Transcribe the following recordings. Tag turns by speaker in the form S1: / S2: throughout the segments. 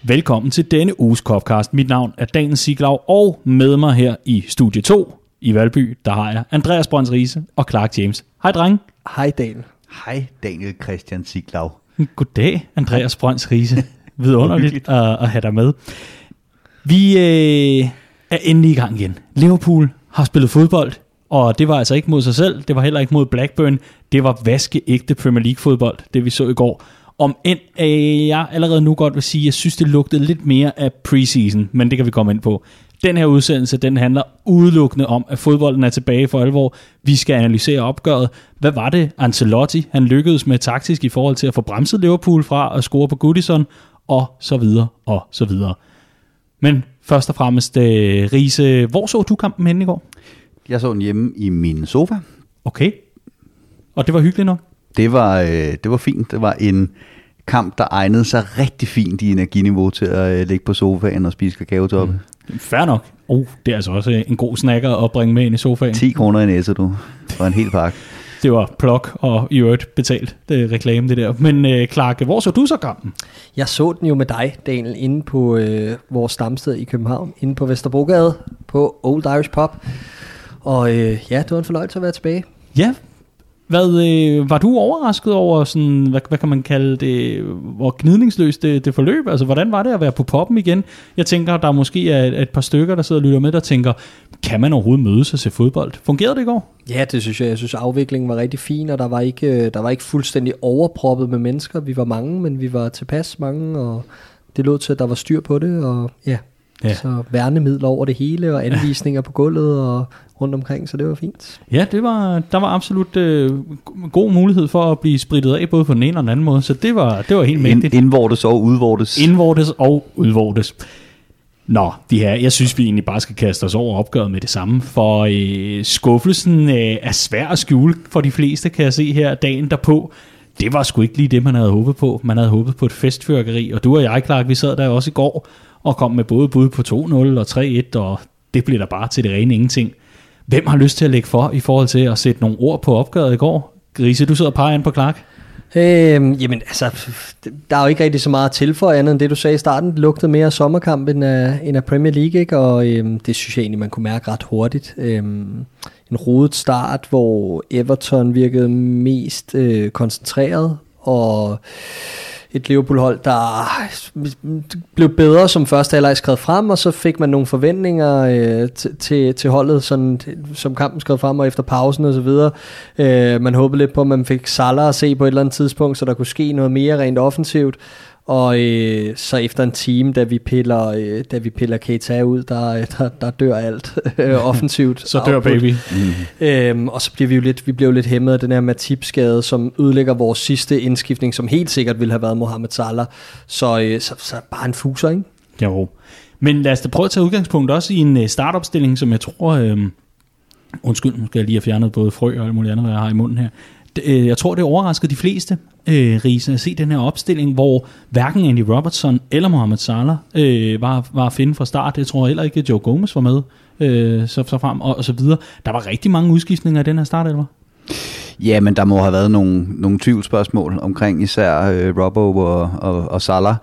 S1: Velkommen til denne uges Copcast. Mit navn er Daniel Siglau, og med mig her i Studie 2 i Valby, der har jeg Andreas Brøns Riise og Clark James. Hej drenge.
S2: Hej Daniel.
S3: Hej Daniel Christian Siglau.
S1: Goddag Andreas Brøns Riise. Vidunderligt at have dig med. Vi er endelig i gang igen. Liverpool har spillet fodbold, og det var altså ikke mod sig selv, det var heller ikke mod Blackburn, det var vaskeægte Premier League fodbold, det vi så i går. Om end jeg allerede nu godt vil sige, at jeg synes, det lugtede lidt mere af preseason, men det kan vi komme ind på. Den her udsendelse, den handler udelukkende om, at fodbolden er tilbage for alvor. Vi skal analysere opgøret. Hvad var det, Ancelotti han lykkedes med taktisk i forhold til at få bremset Liverpool fra at score på Goodison, og så videre, og så videre. Men først og fremmest, Riise, hvor så du kampen henne i går?
S3: Jeg så den hjemme i min sofa.
S1: Okay. Og det var hyggeligt nok? Det
S3: var fint. Det var en kamp, der egnede sig rigtig fint i energiniveau til at ligge på sofaen og spise kakaotoppe.
S1: Fair nok. Det er altså også en god snacker at bringe med ind i sofaen.
S3: 10 kroner i næse, du. Og en hel pakke.
S1: Det var plok og i øvrigt betalt. Det er reklame, det der. Men Clark, hvor så du så kampen?
S2: Jeg så den jo med dig, Daniel, inde på vores stamsted i København. Inde på Vesterbrogade på Old Irish Pub. Og ja, det var en fornøjelse at være tilbage.
S1: Ja. Var du overrasket over sådan, hvad kan man kalde det, hvor gnidningsløst det forløb? Altså, hvordan var det at være på poppen igen? Jeg tænker, der måske er et par stykker, der sidder og lytter med, der tænker, kan man overhovedet mødes og se fodbold? Fungerede det i går?
S2: Ja, det synes jeg. Jeg synes, afviklingen var rigtig fin, og der var ikke fuldstændig overproppet med mennesker. Vi var mange, men vi var tilpas mange, og det lå til, at der var styr på det, og ja. Så værnemidler over det hele, og anvisninger på gulvet og rundt omkring, så det var fint. Ja,
S1: der var absolut god mulighed for at blive spritet af, både på den ene og den anden måde, så det var helt mægtigt.
S3: Indvortes og udvortes.
S1: Indvortes og udvortes. Nå, jeg synes, vi egentlig bare skal kaste os over opgøret med det samme, for skuffelsen er svær at skjule for de fleste, kan jeg se her dagen derpå. Det var sgu ikke lige det, man havde håbet på. Man havde håbet på et festfyrkeri, og du og jeg, Clark, vi sad der også i går, og kom med både bud på 2-0 og 3-1, og det blev der bare til det rene ingenting. Hvem har lyst til at lægge for i forhold til at sætte nogle ord på opgøret i går? Grise, du sidder og peger ind på Clark.
S2: Jamen altså, der er jo ikke rigtig så meget til for andet end det, du sagde i starten. Det lugtede mere sommerkamp end af Premier League, ikke? Og det synes jeg egentlig, man kunne mærke ret hurtigt. En rodet start, hvor Everton virkede mest koncentreret, og et Liverpool-hold, der blev bedre, som første halvleg skrev frem, og så fik man nogle forventninger til holdet, sådan, som kampen skrev frem, og efter pausen og så videre. Man håbede lidt på, at man fik Salah at se på et eller andet tidspunkt, så der kunne ske noget mere rent offensivt. Og så efter en time, da vi piller Keita ud, der dør alt offensivt.
S1: Så dør baby.
S2: Og så bliver vi blev lidt hæmmet af den her Matip-skade, som ødelægger vores sidste indskiftning, som helt sikkert ville have været Mohamed Salah. Så bare en fuser, ikke?
S1: Jo. Men lad os da prøve at tage udgangspunkt også i en startopstilling, som jeg tror... undskyld, nu skal jeg lige have fjernet både frø og alt muligt andet, hvad jeg har i munden her. Jeg tror, det overraskede de fleste, Riise, at se den her opstilling, hvor hverken Andy Robertson eller Mohamed Salah var at finde fra start. Jeg tror heller ikke, at Joe Gomez var med så frem og så videre. Der var rigtig mange udskiftninger i den her start, eller?
S3: Ja, men der må have været nogle tvivlsspørgsmål omkring især Robbo og Salah.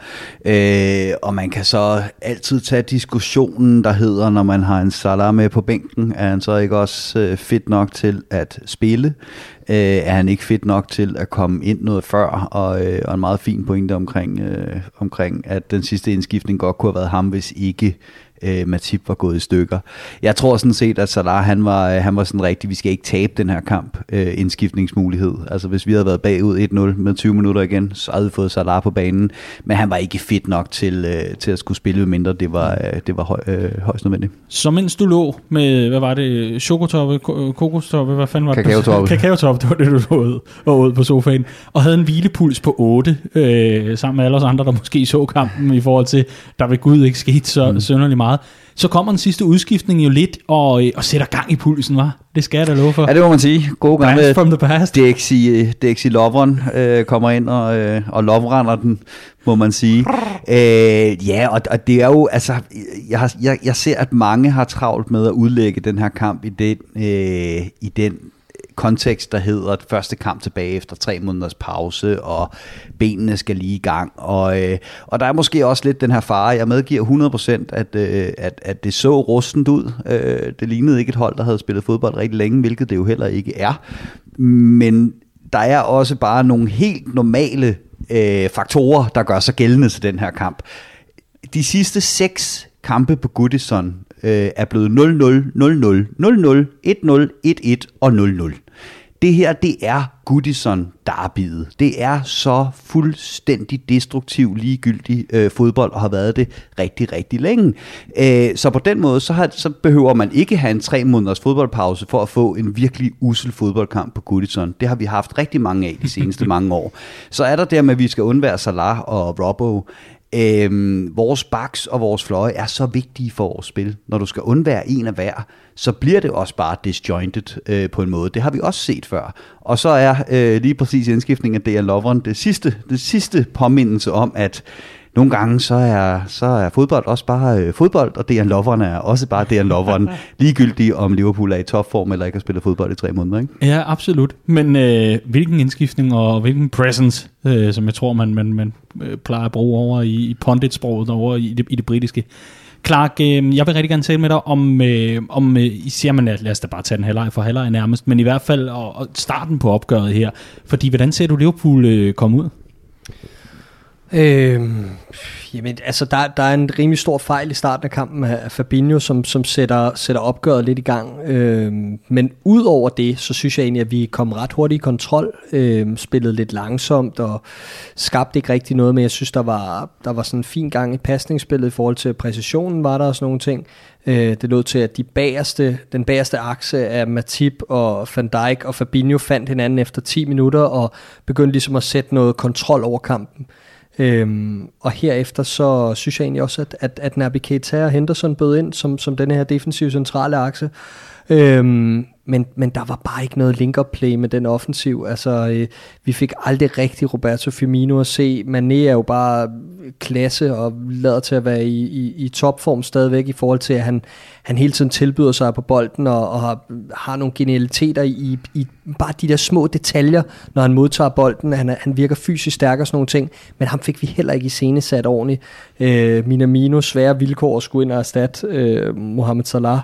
S3: Og man kan så altid tage diskussionen, der hedder, når man har en Salah med på bænken, er han så ikke også fit nok til at spille? Er han ikke fit nok til at komme ind noget før? Og en meget fin pointe omkring, at den sidste indskiftning godt kunne have været ham, hvis ikke Matip var gået i stykker. Jeg tror sådan set, at Salah han var sådan rigtig, vi skal ikke tabe den her kamp, indskiftningsmulighed. Altså hvis vi havde været bagud 1-0 med 20 minutter igen, så havde vi fået Salah på banen, men han var ikke fit nok til at skulle spille, mindre det var højst nødvendigt.
S1: Så mens du lå med, hvad var det, chokotoppe, kokostoppe, hvad fanden var det? Kakaotoppe, det var det, du lå ud på sofaen, og havde en hvilepuls på 8, sammen med alle os andre, der måske så kampen i forhold til, der ved Gud ikke skete så sønderlig meget. Så kommer den sidste udskiftning jo lidt og sætter gang i pulsen, var. Det skal jeg da love for.
S3: Ja, det må man sige. God gang med
S1: from the past.
S3: Dexy Lovren kommer ind og lovrender den, må man sige. Ja, og det er jo, altså, jeg ser, at mange har travlt med at udlægge den her kamp i den kontekst, der hedder første kamp tilbage efter 3 måneders pause, og benene skal lige i gang. Og der er måske også lidt den her fare. Jeg medgiver 100%, at det så rustent ud. Det lignede ikke et hold, der havde spillet fodbold rigtig længe, hvilket det jo heller ikke er. Men der er også bare nogle helt normale faktorer, der gør sig gældende til den her kamp. De sidste 6 kampe på Goodison er blevet 0-0, 0-0, 0-0, 1-0, 1-1 og 0-0. Det her, det er Goodison derbyet. Det er så fuldstændig destruktiv, ligegyldig fodbold, og har været det rigtig, rigtig længe. Så på den måde, så behøver man ikke have en 3 måneders fodboldpause for at få en virkelig ussel fodboldkamp på Goodison. Det har vi haft rigtig mange af de seneste mange år. Så er der dermed, at vi skal undvære Salah og Robbo. Vores backs og vores fløje er så vigtige for vores spil. Når du skal undvære en af hver, så bliver det også bare disjointed på en måde. Det har vi også set før. Og så er lige præcis indskiftningen af Dejan Lovren det sidste påmindelse om, at nogle gange så er fodbold også bare fodbold, og Dejan Lovren er også bare Dejan Lovren, ligegyldigt om Liverpool er i topform eller ikke har spillet fodbold i 3 måneder. Ikke?
S1: Ja, absolut. Men hvilken indskiftning og hvilken presence, som jeg tror, man plejer at bruge over i punditsproget, over i det britiske. Clark, jeg vil rigtig gerne tale med dig om især man lad os da bare tage den halvleg for halvleg nærmest, men i hvert fald og starten på opgøret her. Fordi hvordan ser du Liverpool komme ud?
S2: Jamen, altså der er en rimelig stor fejl i starten af kampen af Fabinho, som sætter opgøret lidt i gang. Men ud over det, så synes jeg egentlig, at vi kom ret hurtigt i kontrol, spillede lidt langsomt og skabte ikke rigtig noget, men jeg synes, der var sådan en fin gang i pasningsspillet i forhold til præcisionen, var der også nogle ting. Det lå til, at den bagerste akse af Matip og Van Dijk og Fabinho fandt hinanden efter 10 minutter og begyndte ligesom at sætte noget kontrol over kampen. Og herefter så synes jeg egentlig også, at Naby Keita og Henderson bød ind som denne her defensive centrale akse. Men der var bare ikke noget link-up play med den offensiv. Altså, vi fik aldrig rigtig Roberto Firmino at se. Mané er jo bare klasse og lader til at være i topform stadigvæk i forhold til, at han hele tiden tilbyder sig på bolden og har nogle genialiteter i bare de der små detaljer, når han modtager bolden. Han virker fysisk stærk og sådan nogle ting, men ham fik vi heller ikke iscenesat ordentligt. Minamino, svære vilkår at skulle ind og erstatte Mohamed Salah.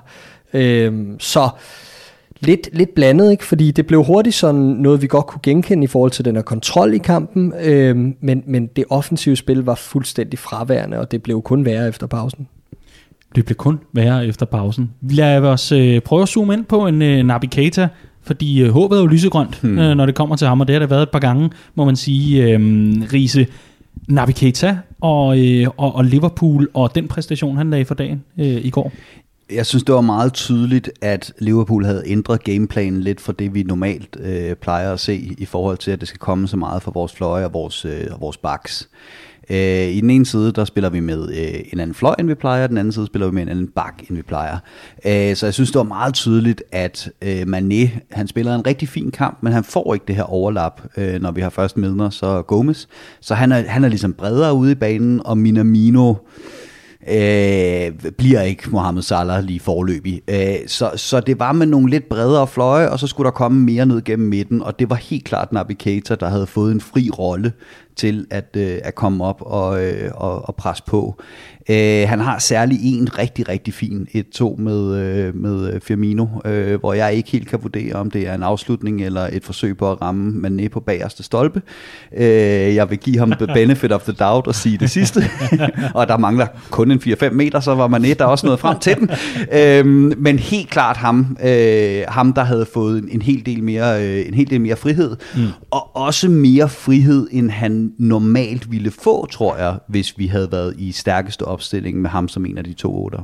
S2: Så lidt blandet, ikke? Fordi det blev hurtigt sådan noget, vi godt kunne genkende i forhold til den her kontrol i kampen, men det offensive spil var fuldstændig fraværende, og det blev kun værre efter pausen.
S1: Det blev kun værre efter pausen. Lad os prøve at zoome ind på en Naby Keita, fordi håbet er jo lysegrønt, når det kommer til ham, og det har der været et par gange, må man sige, Riese. Naby Keita og Liverpool og den præstation, han lagde for dagen i går.
S3: Jeg synes, det var meget tydeligt, at Liverpool havde ændret gameplanen lidt fra det, vi normalt plejer at se, i forhold til, at det skal komme så meget fra vores fløje og vores backs. I den ene side, der spiller vi med en anden fløj, end vi plejer, den anden side spiller vi med en anden bak, end vi plejer. Så jeg synes, det var meget tydeligt, at Mané, han spiller en rigtig fin kamp, men han får ikke det her overlap, når vi har først Milner, så Gomez. Så han er ligesom bredere ude i banen, og Minamino bliver ikke Mohamed Salah lige forløbig. Så det var med nogle lidt bredere fløje, og så skulle der komme mere ned gennem midten, og det var helt klart Naby Keita, der havde fået en fri rolle til at komme op og presse på. Han har særlig en rigtig, rigtig fin 1-2 med Firmino, hvor jeg ikke helt kan vurdere, om det er en afslutning eller et forsøg på at ramme Mané på bagerste stolpe. Jeg vil give ham the benefit of the doubt og sige det sidste, og der mangler kun en 4-5 meter, så var Mané der også nået frem til den. Men helt klart ham, der havde fået en hel del mere frihed, og også mere frihed, end han normalt ville få, tror jeg, hvis vi havde været i stærkeste opstilling med ham som en af de 2 otter.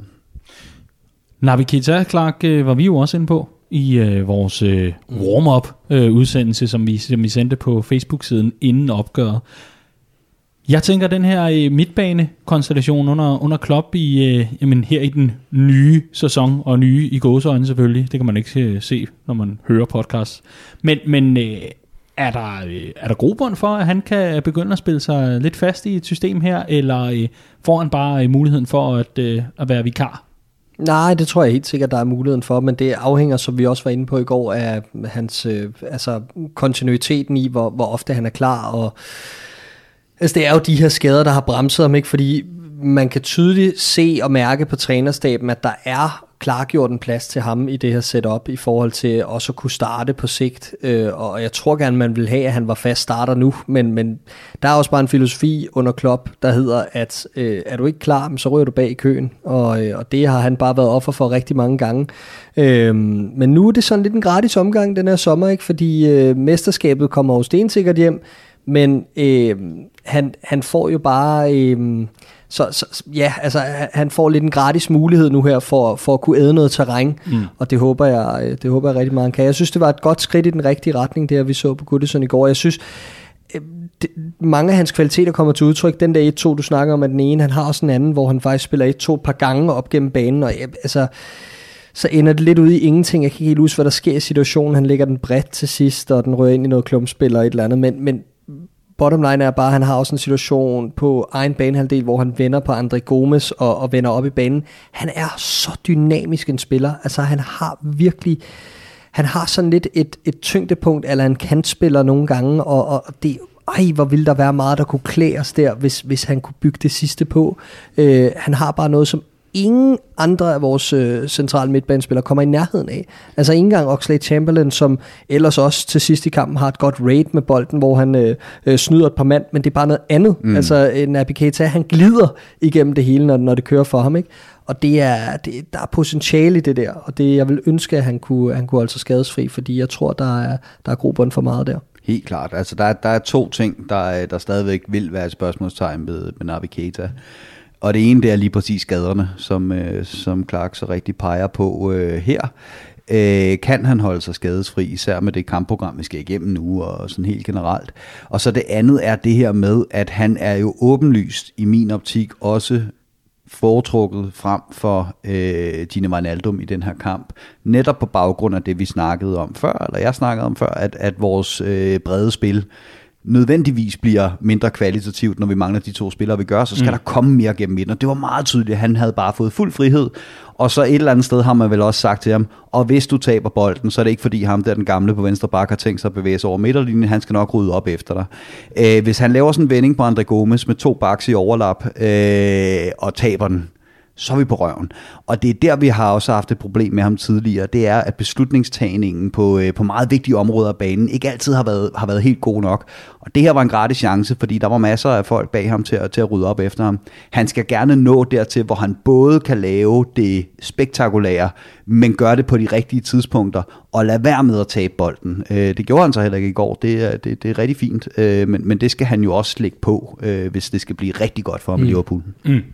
S1: Naby Keita, Clark, var vi jo også inde på i vores warm-up udsendelse, som vi sendte på Facebook-siden inden opgøret. Jeg tænker, den her midtbane-konstellation under Klopp her i den nye sæson, og nye i gåseøjne selvfølgelig, det kan man ikke se, når man hører podcast. Men er der grobund for, at han kan begynde at spille sig lidt fast i et system her, eller får han bare muligheden for at være vikar?
S2: Nej, det tror jeg helt sikkert, der er muligheden for, men det afhænger, som vi også var inde på i går, af hans kontinuiteten i, hvor ofte han er klar, og altså, det er jo de her skader, der har bremset ham, ikke? Fordi man kan tydeligt se og mærke på trænerstaben, at der er klargjort en plads til ham i det her setup, i forhold til også at kunne starte på sigt, og jeg tror gerne, man vil have, at han var fast starter nu, men der er også bare en filosofi under Klopp, der hedder, at er du ikke klar, så ryger du bag i køen, og det har han bare været offer for rigtig mange gange. Men nu er det sådan lidt en gratis omgang den her sommer, ikke? Fordi mesterskabet kommer jo stensikkert hjem, men han får jo bare... han får lidt en gratis mulighed nu her for at kunne æde noget terræn, og det håber jeg rigtig meget, han kan. Jeg synes, det var et godt skridt i den rigtige retning, det her vi så på Goodison i går. Jeg synes, mange af hans kvaliteter kommer til udtryk. Den der 1-2, du snakker om, at den ene, han har også en anden, hvor han faktisk spiller 1-2 et par gange op gennem banen, og så ender det lidt ude i ingenting. Jeg kan ikke helt huske, hvad der sker i situationen. Han lægger den bredt til sidst, og den rører ind i noget klumpspil og et eller andet, men bottom line er bare, at han har også en situation på egen banehalvdel, hvor han vender på André Gomes og vender op i banen. Han er så dynamisk en spiller. Altså han har sådan lidt et tyngdepunkt, eller en kantspiller nogle gange, og det, hvor ville der være meget, der kunne klæde os der, hvis han kunne bygge det sidste på. Han har bare noget, som ingen andre af vores centrale midtbanespillere kommer i nærheden af. Altså ikke engang Oxlade-Chamberlain, som ellers også til sidst i kampen har et godt raid med bolden, hvor han snyder et par mand, men det er bare noget andet. Altså Naby Keita, han glider igennem det hele, når det kører for ham, ikke? Og der er potentiale i det der, og det jeg vil ønske, at han kunne holde sig skadesfri, fordi jeg tror, der er grobund for meget der.
S3: Helt klart. Altså der er to ting, der stadigvæk vil være et spørgsmålstegn med Naby Keita. Og det ene, det er lige præcis skaderne, som Clark så rigtig peger på her. Kan han holde sig skadesfri, især med det kampprogram, vi skal igennem nu, og sådan helt generelt. Og så det andet er det her med, at han er jo åbenlyst, i min optik, også foretrukket frem for Gini Wijnaldum i den her kamp. Netop på baggrund af det, vi snakkede om før, eller jeg snakkede om før, at vores brede spil nødvendigvis bliver mindre kvalitativt, når vi mangler de to spillere, vi gør, så skal der komme mere gennem midten. Og det var meget tydeligt, at han havde bare fået fuld frihed, og så et eller andet sted har man vel også sagt til ham, og hvis du taber bolden, så er det ikke fordi ham der, den gamle på venstre bakke, har tænkt sig at bevæge sig over midterlinjen, han skal nok rydde op efter dig. Hvis han laver sådan en vending på André Gomes med 2 backs i overlap, og taber den, så er vi på røven. Og det er der, vi har også haft et problem med ham tidligere, det er, at beslutningstagningen på meget vigtige områder af banen ikke altid har været helt god nok. Og det her var en gratis chance, fordi der var masser af folk bag ham til at rydde op efter ham. Han skal gerne nå dertil, hvor han både kan lave det spektakulære, men gøre det på de rigtige tidspunkter, og lade være med at tabe bolden. Det gjorde han så heller ikke i går. Det er rigtig fint, men det skal han jo også lægge på, hvis det skal blive rigtig godt for ham i Liverpool.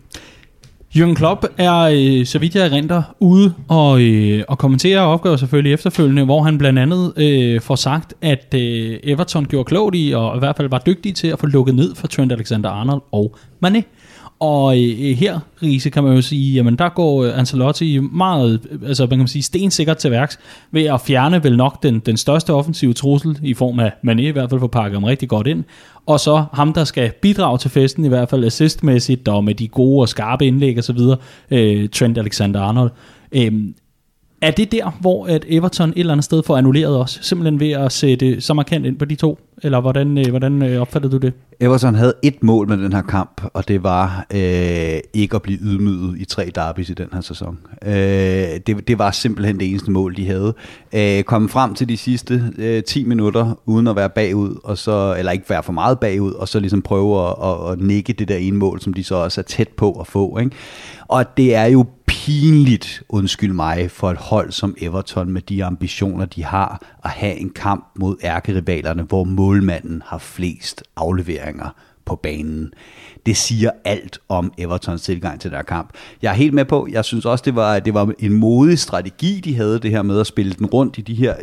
S1: Jürgen Klopp er, så vidt jeg erindrer, ude og kommentere og opgave selvfølgelig efterfølgende, hvor han blandt andet får sagt, at Everton gjorde klogt i, og i hvert fald var dygtige til at få lukket ned for Trent Alexander-Arnold og Mané. Og her, Riese, kan man jo sige, jamen der går Ancelotti meget, altså man kan sige stensikkert til værks, ved at fjerne vel nok den største offensive trussel, i form af Mané i hvert fald, for at pakke ham rigtig godt ind, og så ham, der skal bidrage til festen, i hvert fald assistmæssigt, og med de gode og skarpe indlæg og så videre, Trent Alexander-Arnold. Er det der, hvor at Everton et eller andet sted får annulleret os, simpelthen ved at sætte så markant ind på de to? Eller hvordan opfattede du det? Everton
S3: havde et mål med den her kamp, og det var ikke at blive ydmyget i 3 derbys i den her sæson. Det var simpelthen det eneste mål, de havde. Kom frem til de sidste 10 minutter, uden at være bagud, og så, eller ikke være for meget bagud, og så ligesom prøve at nikke det der ene mål, som de så også er tæt på at få. Ikke? Og det er jo pinligt, undskyld mig, for et hold som Everton med de ambitioner, de har, at have en kamp mod ærkerivalerne, hvor målmanden har flest afleveringer på banen. Det siger alt om Evertons tilgang til den her kamp. Jeg er helt med på, jeg synes også, det var en modig strategi, de havde, det her med at spille den rundt i de her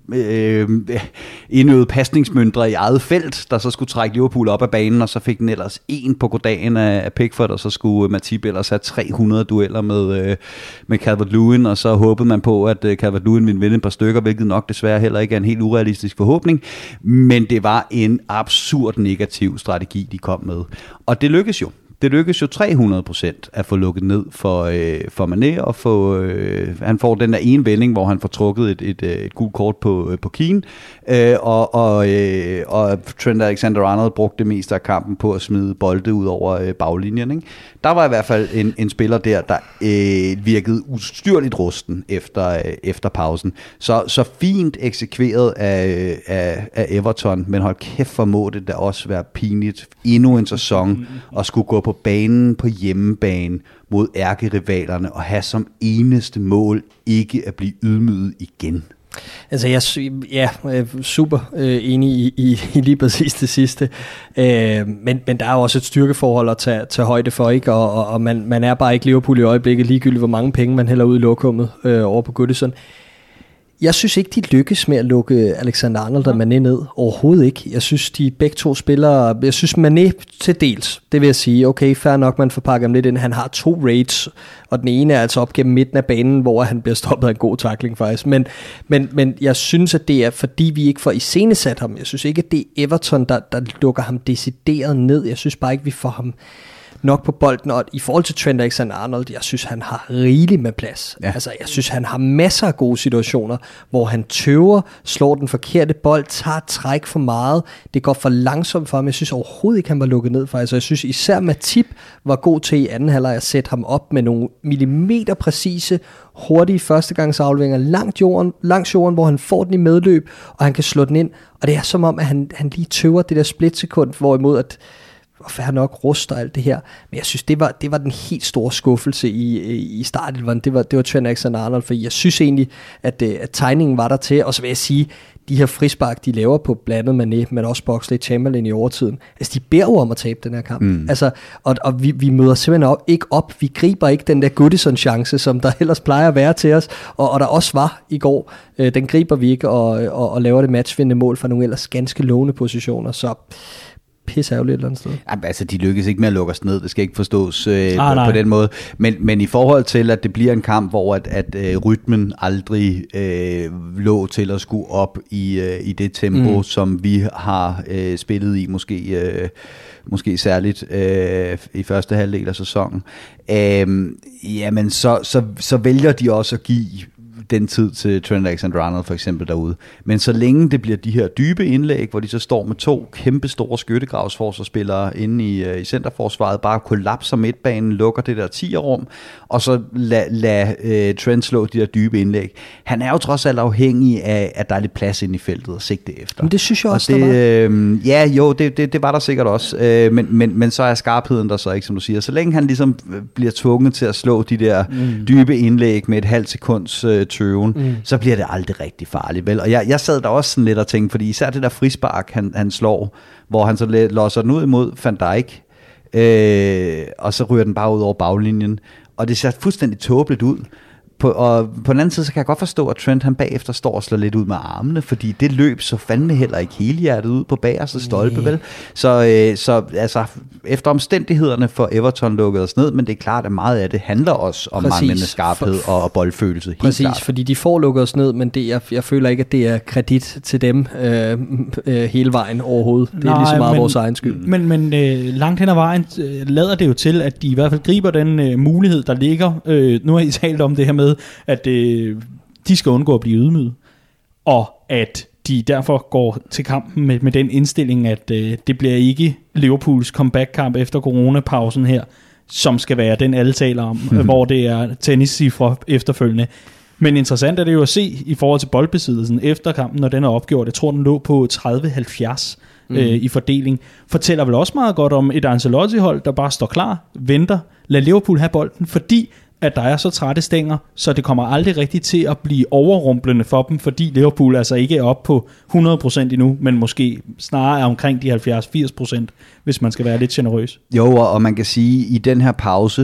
S3: indøvede pasningsmønstre i eget felt, der så skulle trække Liverpool op af banen, og så fik den ellers en på goddagen af Pickford, og så skulle Matip ellers have 300 dueller med Calvert-Lewin, og så håbede man på, at Calvert-Lewin ville vinde et par stykker, hvilket nok desværre heller ikke er en helt urealistisk forhåbning, men det var en absurd negativ strategi, de kom med. Og det lykkedes jo. det lykkes jo 300% at få lukket ned for Mané, og han får den der ene vending, hvor han får trukket et gult kort på Keane, og Trent Alexander-Arnold brugte det meste af kampen på at smide bolde ud over baglinjen. Ikke? Der var i hvert fald en spiller der virkede ustyrligt rusten efter pausen. Så fint eksekveret af Everton, men hold kæft, formå det da også være pinligt endnu en sæson og skulle gå på banen på hjemmebane mod ærkerivalerne og have som eneste mål ikke at blive ydmyget igen.
S2: Altså jeg er super enig i lige præcis det sidste, men der er jo også et styrkeforhold at tage højde for, ikke? Og man er bare ikke Liverpool i øjeblikket, ligegyldigt hvor mange penge man hælder ud i lokummet over på Goodison. Jeg synes ikke, de lykkes med at lukke Alexander-Arnold og Mané ned. Overhovedet ikke. Jeg synes, de begge to spillere... Jeg synes, Mané til dels, det vil jeg sige, okay, fair nok, man får pakket ham lidt ind. Han har 2 raids, og den ene er altså op gennem midten af banen, hvor han bliver stoppet af en god tackling faktisk. Men jeg synes, at det er, fordi vi ikke får iscenesat ham. Jeg synes ikke, at det er Everton, der lukker ham decideret ned. Jeg synes bare ikke, vi får ham nok på bolden, og i forhold til Trent Alexander-Arnold, jeg synes, han har rigeligt med plads. Ja. Altså, jeg synes, han har masser af gode situationer, hvor han tøver, slår den forkerte bold, tager træk for meget, det går for langsomt for ham. Jeg synes overhovedet ikke, han var lukket ned faktisk, og jeg synes især Matip var god til i anden halvleg at sætte ham op med nogle millimeter præcise, hurtige førstegangsafleveringer langs jorden, hvor han får den i medløb, og han kan slå den ind, og det er som om, at han lige tøver det der splitsekund, hvorimod at og fair nok ruster alt det her, men jeg synes, det var den helt store skuffelse i starten, det var Trent Alexander-Arnold, for jeg synes egentlig, at tegningen var der til, og så vil jeg sige, de her frispark, de laver på blandet Mané, men også Boxley-Chamberlain i overtiden, altså de beder jo om at tabe den her kamp, altså, og vi møder simpelthen ikke op, vi griber ikke den der Goodison-chance, som der ellers plejer at være til os, og der også var i går, den griber vi ikke, og laver det matchvindende mål fra nogle ellers ganske lovende positioner, så pisseærgerligt et eller andet sted.
S3: Jamen, altså, de lykkes ikke med at lukke os ned. Det skal ikke forstås på den måde. Men i forhold til, at det bliver en kamp, hvor at rytmen aldrig lå til at skulle op i det tempo, som vi har spillet i, måske særligt i første halvdel af sæsonen, jamen, så vælger de også at give den tid til Trent Alexander-Arnold for eksempel derude. Men så længe det bliver de her dybe indlæg, hvor de så står med 2 kæmpe store skyttegravsforsvarsspillere inde i centerforsvaret, bare kollapser midtbanen, lukker det der 10'er-rum, og så lad Trent slå de der dybe indlæg. Han er jo trods alt afhængig af, at der er lidt plads inde i feltet at sigte efter.
S2: Men det synes jeg også, der var.
S3: Ja, jo, det var der sikkert også. Men så er skarpheden der så ikke, som du siger. Så længe han ligesom bliver tvunget til at slå de der dybe indlæg med et halvt sekunds tøven, så bliver det aldrig rigtig farligt, vel? Og jeg sad der også sådan lidt og tænkte, fordi især det der frispark, han slår, hvor han så losser den ud imod Van Dijk, og så ryger den bare ud over baglinjen, og det ser fuldstændig tåbeligt ud. Og på den anden side, så kan jeg godt forstå, at Trent han bagefter står og slår lidt ud med armene, fordi det løb så fandme heller ikke helhjertet ud på bagerste stolpe, vel? Så altså, efter omstændighederne for Everton lukket os ned, men det er klart, at meget af det handler også om manglende skarphed og boldfølelse.
S2: Præcis, klart. Fordi de får lukket os ned, men jeg føler ikke, at det er kredit til dem hele vejen overhovedet. Det er lige så meget vores egen skyld.
S1: Men langt hen ad vejen lader det jo til, at de i hvert fald griber den mulighed, der ligger. Nu har I talt om det her med, at de skal undgå at blive ydmyget, og at de derfor går til kampen med den indstilling, at det bliver ikke Liverpools comeback-kamp efter coronapausen her, som skal være den alle taler om, hvor det er tenniscifre efterfølgende. Men interessant er det jo at se i forhold til boldbesiddelsen efter kampen, når den er opgjort. Jeg tror, den lå på 30-70 i fordeling. Fortæller vel også meget godt om et Ancelotti-hold, der bare står klar, venter, lad Liverpool have bolden, fordi at der er så trætte stænger, så det kommer aldrig rigtigt til at blive overrumplende for dem, fordi Liverpool altså ikke er oppe på 100% endnu, men måske snarere er omkring de 70-80%, hvis man skal være lidt generøs.
S3: Jo, og man kan sige, at i den her pause,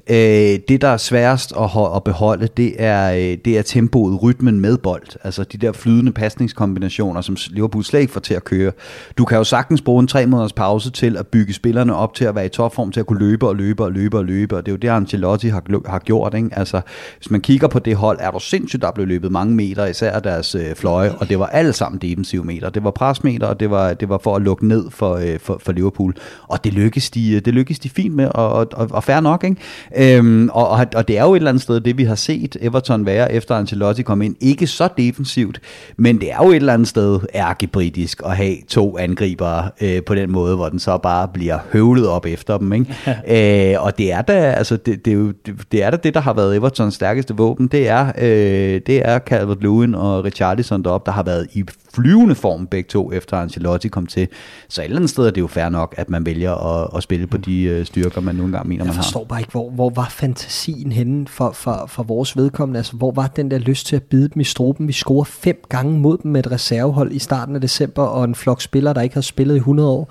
S3: Det, der er sværest at beholde, det er tempoet, rytmen med bold. Altså de der flydende pasningskombinationer, som Liverpool slet ikke får til at køre. Du kan jo sagtens bruge en 3 måneders pause til at bygge spillerne op til at være i topform, til at kunne løbe, og det er jo det, Ancelotti har gjort. Ikke? Altså, hvis man kigger på det hold, er du sindssygt, der blev løbet mange meter, især deres fløje, og det var alle sammen defensive meter. Det var presmeter, og det var for at lukke ned for Liverpool. Og det lykkedes de fint med, og fair nok, ikke? Og det er jo et eller andet sted, det vi har set Everton være, efter Ancelotti kom ind. Ikke så defensivt, men det er jo et eller andet sted ærkebritisk at have 2 angribere på den måde, hvor den så bare bliver høvlet op efter dem, ikke? Og det er da, altså det er da det, der har været Evertons stærkeste våben. Det er Calvert-Lewin og Richarlison deroppe, der har været i flyvende form begge to, efter Ancelotti kom til. Så et eller andet sted er det jo fair nok, at man vælger at spille på de styrker, man nogle gange mener, man har.
S2: Jeg forstår bare ikke, hvor var fantasien henne for vores vedkommende? Altså, hvor var den der lyst til at bide dem i struben? Vi scorer 5 gange mod dem med et reservehold i starten af december, og en flok spillere, der ikke har spillet i 100 år.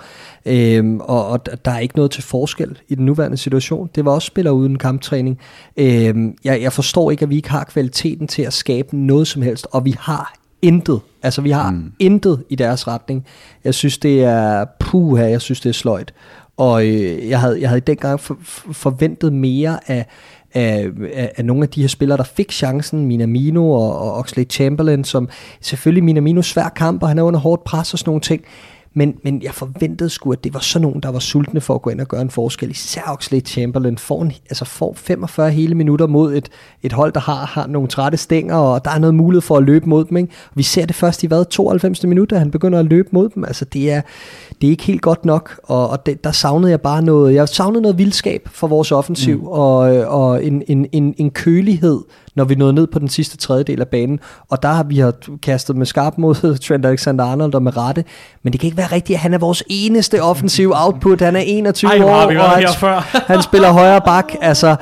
S2: Og der er ikke noget til forskel i den nuværende situation. Det var også spillere uden kamptræning. Jeg forstår ikke, at vi ikke har kvaliteten til at skabe noget som helst, og vi har intet. Altså, vi har intet i deres retning. Jeg synes, det er jeg synes, det er sløjt. Og jeg havde dengang forventet mere af nogle af de her spillere, der fik chancen, Minamino og Oxlade-Chamberlain, som selvfølgelig Minamino svær kamp, og han er under hårdt pres og sådan nogle ting. Men jeg forventede sgu, at det var sådan nogen, der var sultne for at gå ind og gøre en forskel. Især Oxlade-Chamberlain får 45 hele minutter mod et hold, der har nogle trætte stænger, og der er noget mulighed for at løbe mod dem. Ikke? Vi ser det først i 92. minutter, han begynder at løbe mod dem. Altså det er ikke helt godt nok, og der savnede jeg bare noget. Jeg savnede noget vildskab for vores offensiv, og en kølighed, når vi nåede ned på den sidste tredjedel af banen. Og der har vi kastet med skarp mod Trent Alexander-Arnold og med rette. Men det kan ikke være rigtigt, at han er vores eneste offensive output. Han er 21 år, og han spiller højre bak. Altså,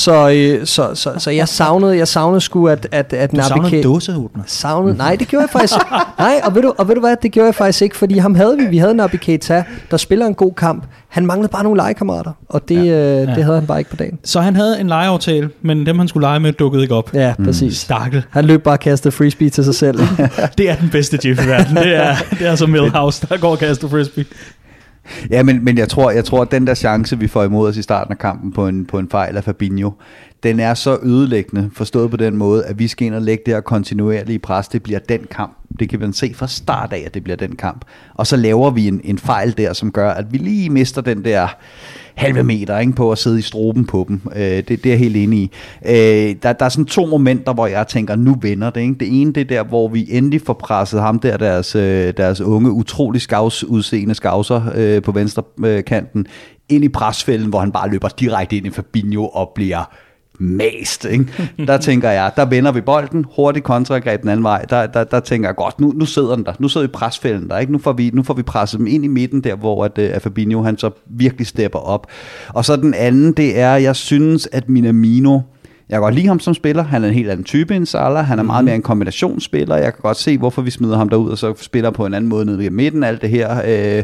S2: så jeg savnede sgu, at
S1: Naby savnede dåsehuden?
S2: Nej, det gjorde jeg faktisk. Nej, og ved du hvad, det gjorde jeg faktisk ikke, fordi ham havde vi. Vi havde Naby Keita, der spiller en god kamp. Han manglede bare nogle legekammerater, og det havde han bare ikke på dagen.
S1: Så han havde en legeaftale, men dem han skulle lege med dukkede ikke op.
S2: Ja, præcis.
S1: Stakkel.
S2: Han løb bare og kastede frisbee til sig selv.
S1: Det er den bedste Jeff i verden. Det er som Milhouse, der går og kaster frisbee.
S3: Ja, men jeg tror, at den der chance, vi får imod os i starten af kampen på en fejl af Fabinho, den er så ødelæggende, forstået på den måde, at vi skal ind og lægge det her kontinuerlige pres. Det bliver den kamp. Det kan man se fra start af, at det bliver den kamp. Og så laver vi en fejl der, som gør, at vi lige mister den der halve meter, ikke, på at sidde i struben på dem. Det er jeg helt enig i. Der er sådan 2 momenter, hvor jeg tænker, nu vinder det. Ikke? Det ene, det er der, hvor vi endelig får presset ham der, deres unge, utrolig udseende skavser på venstre kanten, ind i presfælden, hvor han bare løber direkte ind i Fabinho og bliver mast, ikke? Der tænker jeg, der vender vi bolden, hurtigt kontraangreb den anden vej, der tænker jeg godt, nu sidder den der, nu sidder vi i presfælden der, ikke? Nu får vi presset dem ind i midten der, hvor at Fabinho, han så virkelig stepper op. Og så den anden, det er, jeg synes, at Minamino, jeg kan godt lide ham som spiller, han er en helt anden type end Salah, han er meget mere en kombinationsspiller, jeg kan godt se, hvorfor vi smider ham derud, og så spiller på en anden måde nede i midten, alt det her.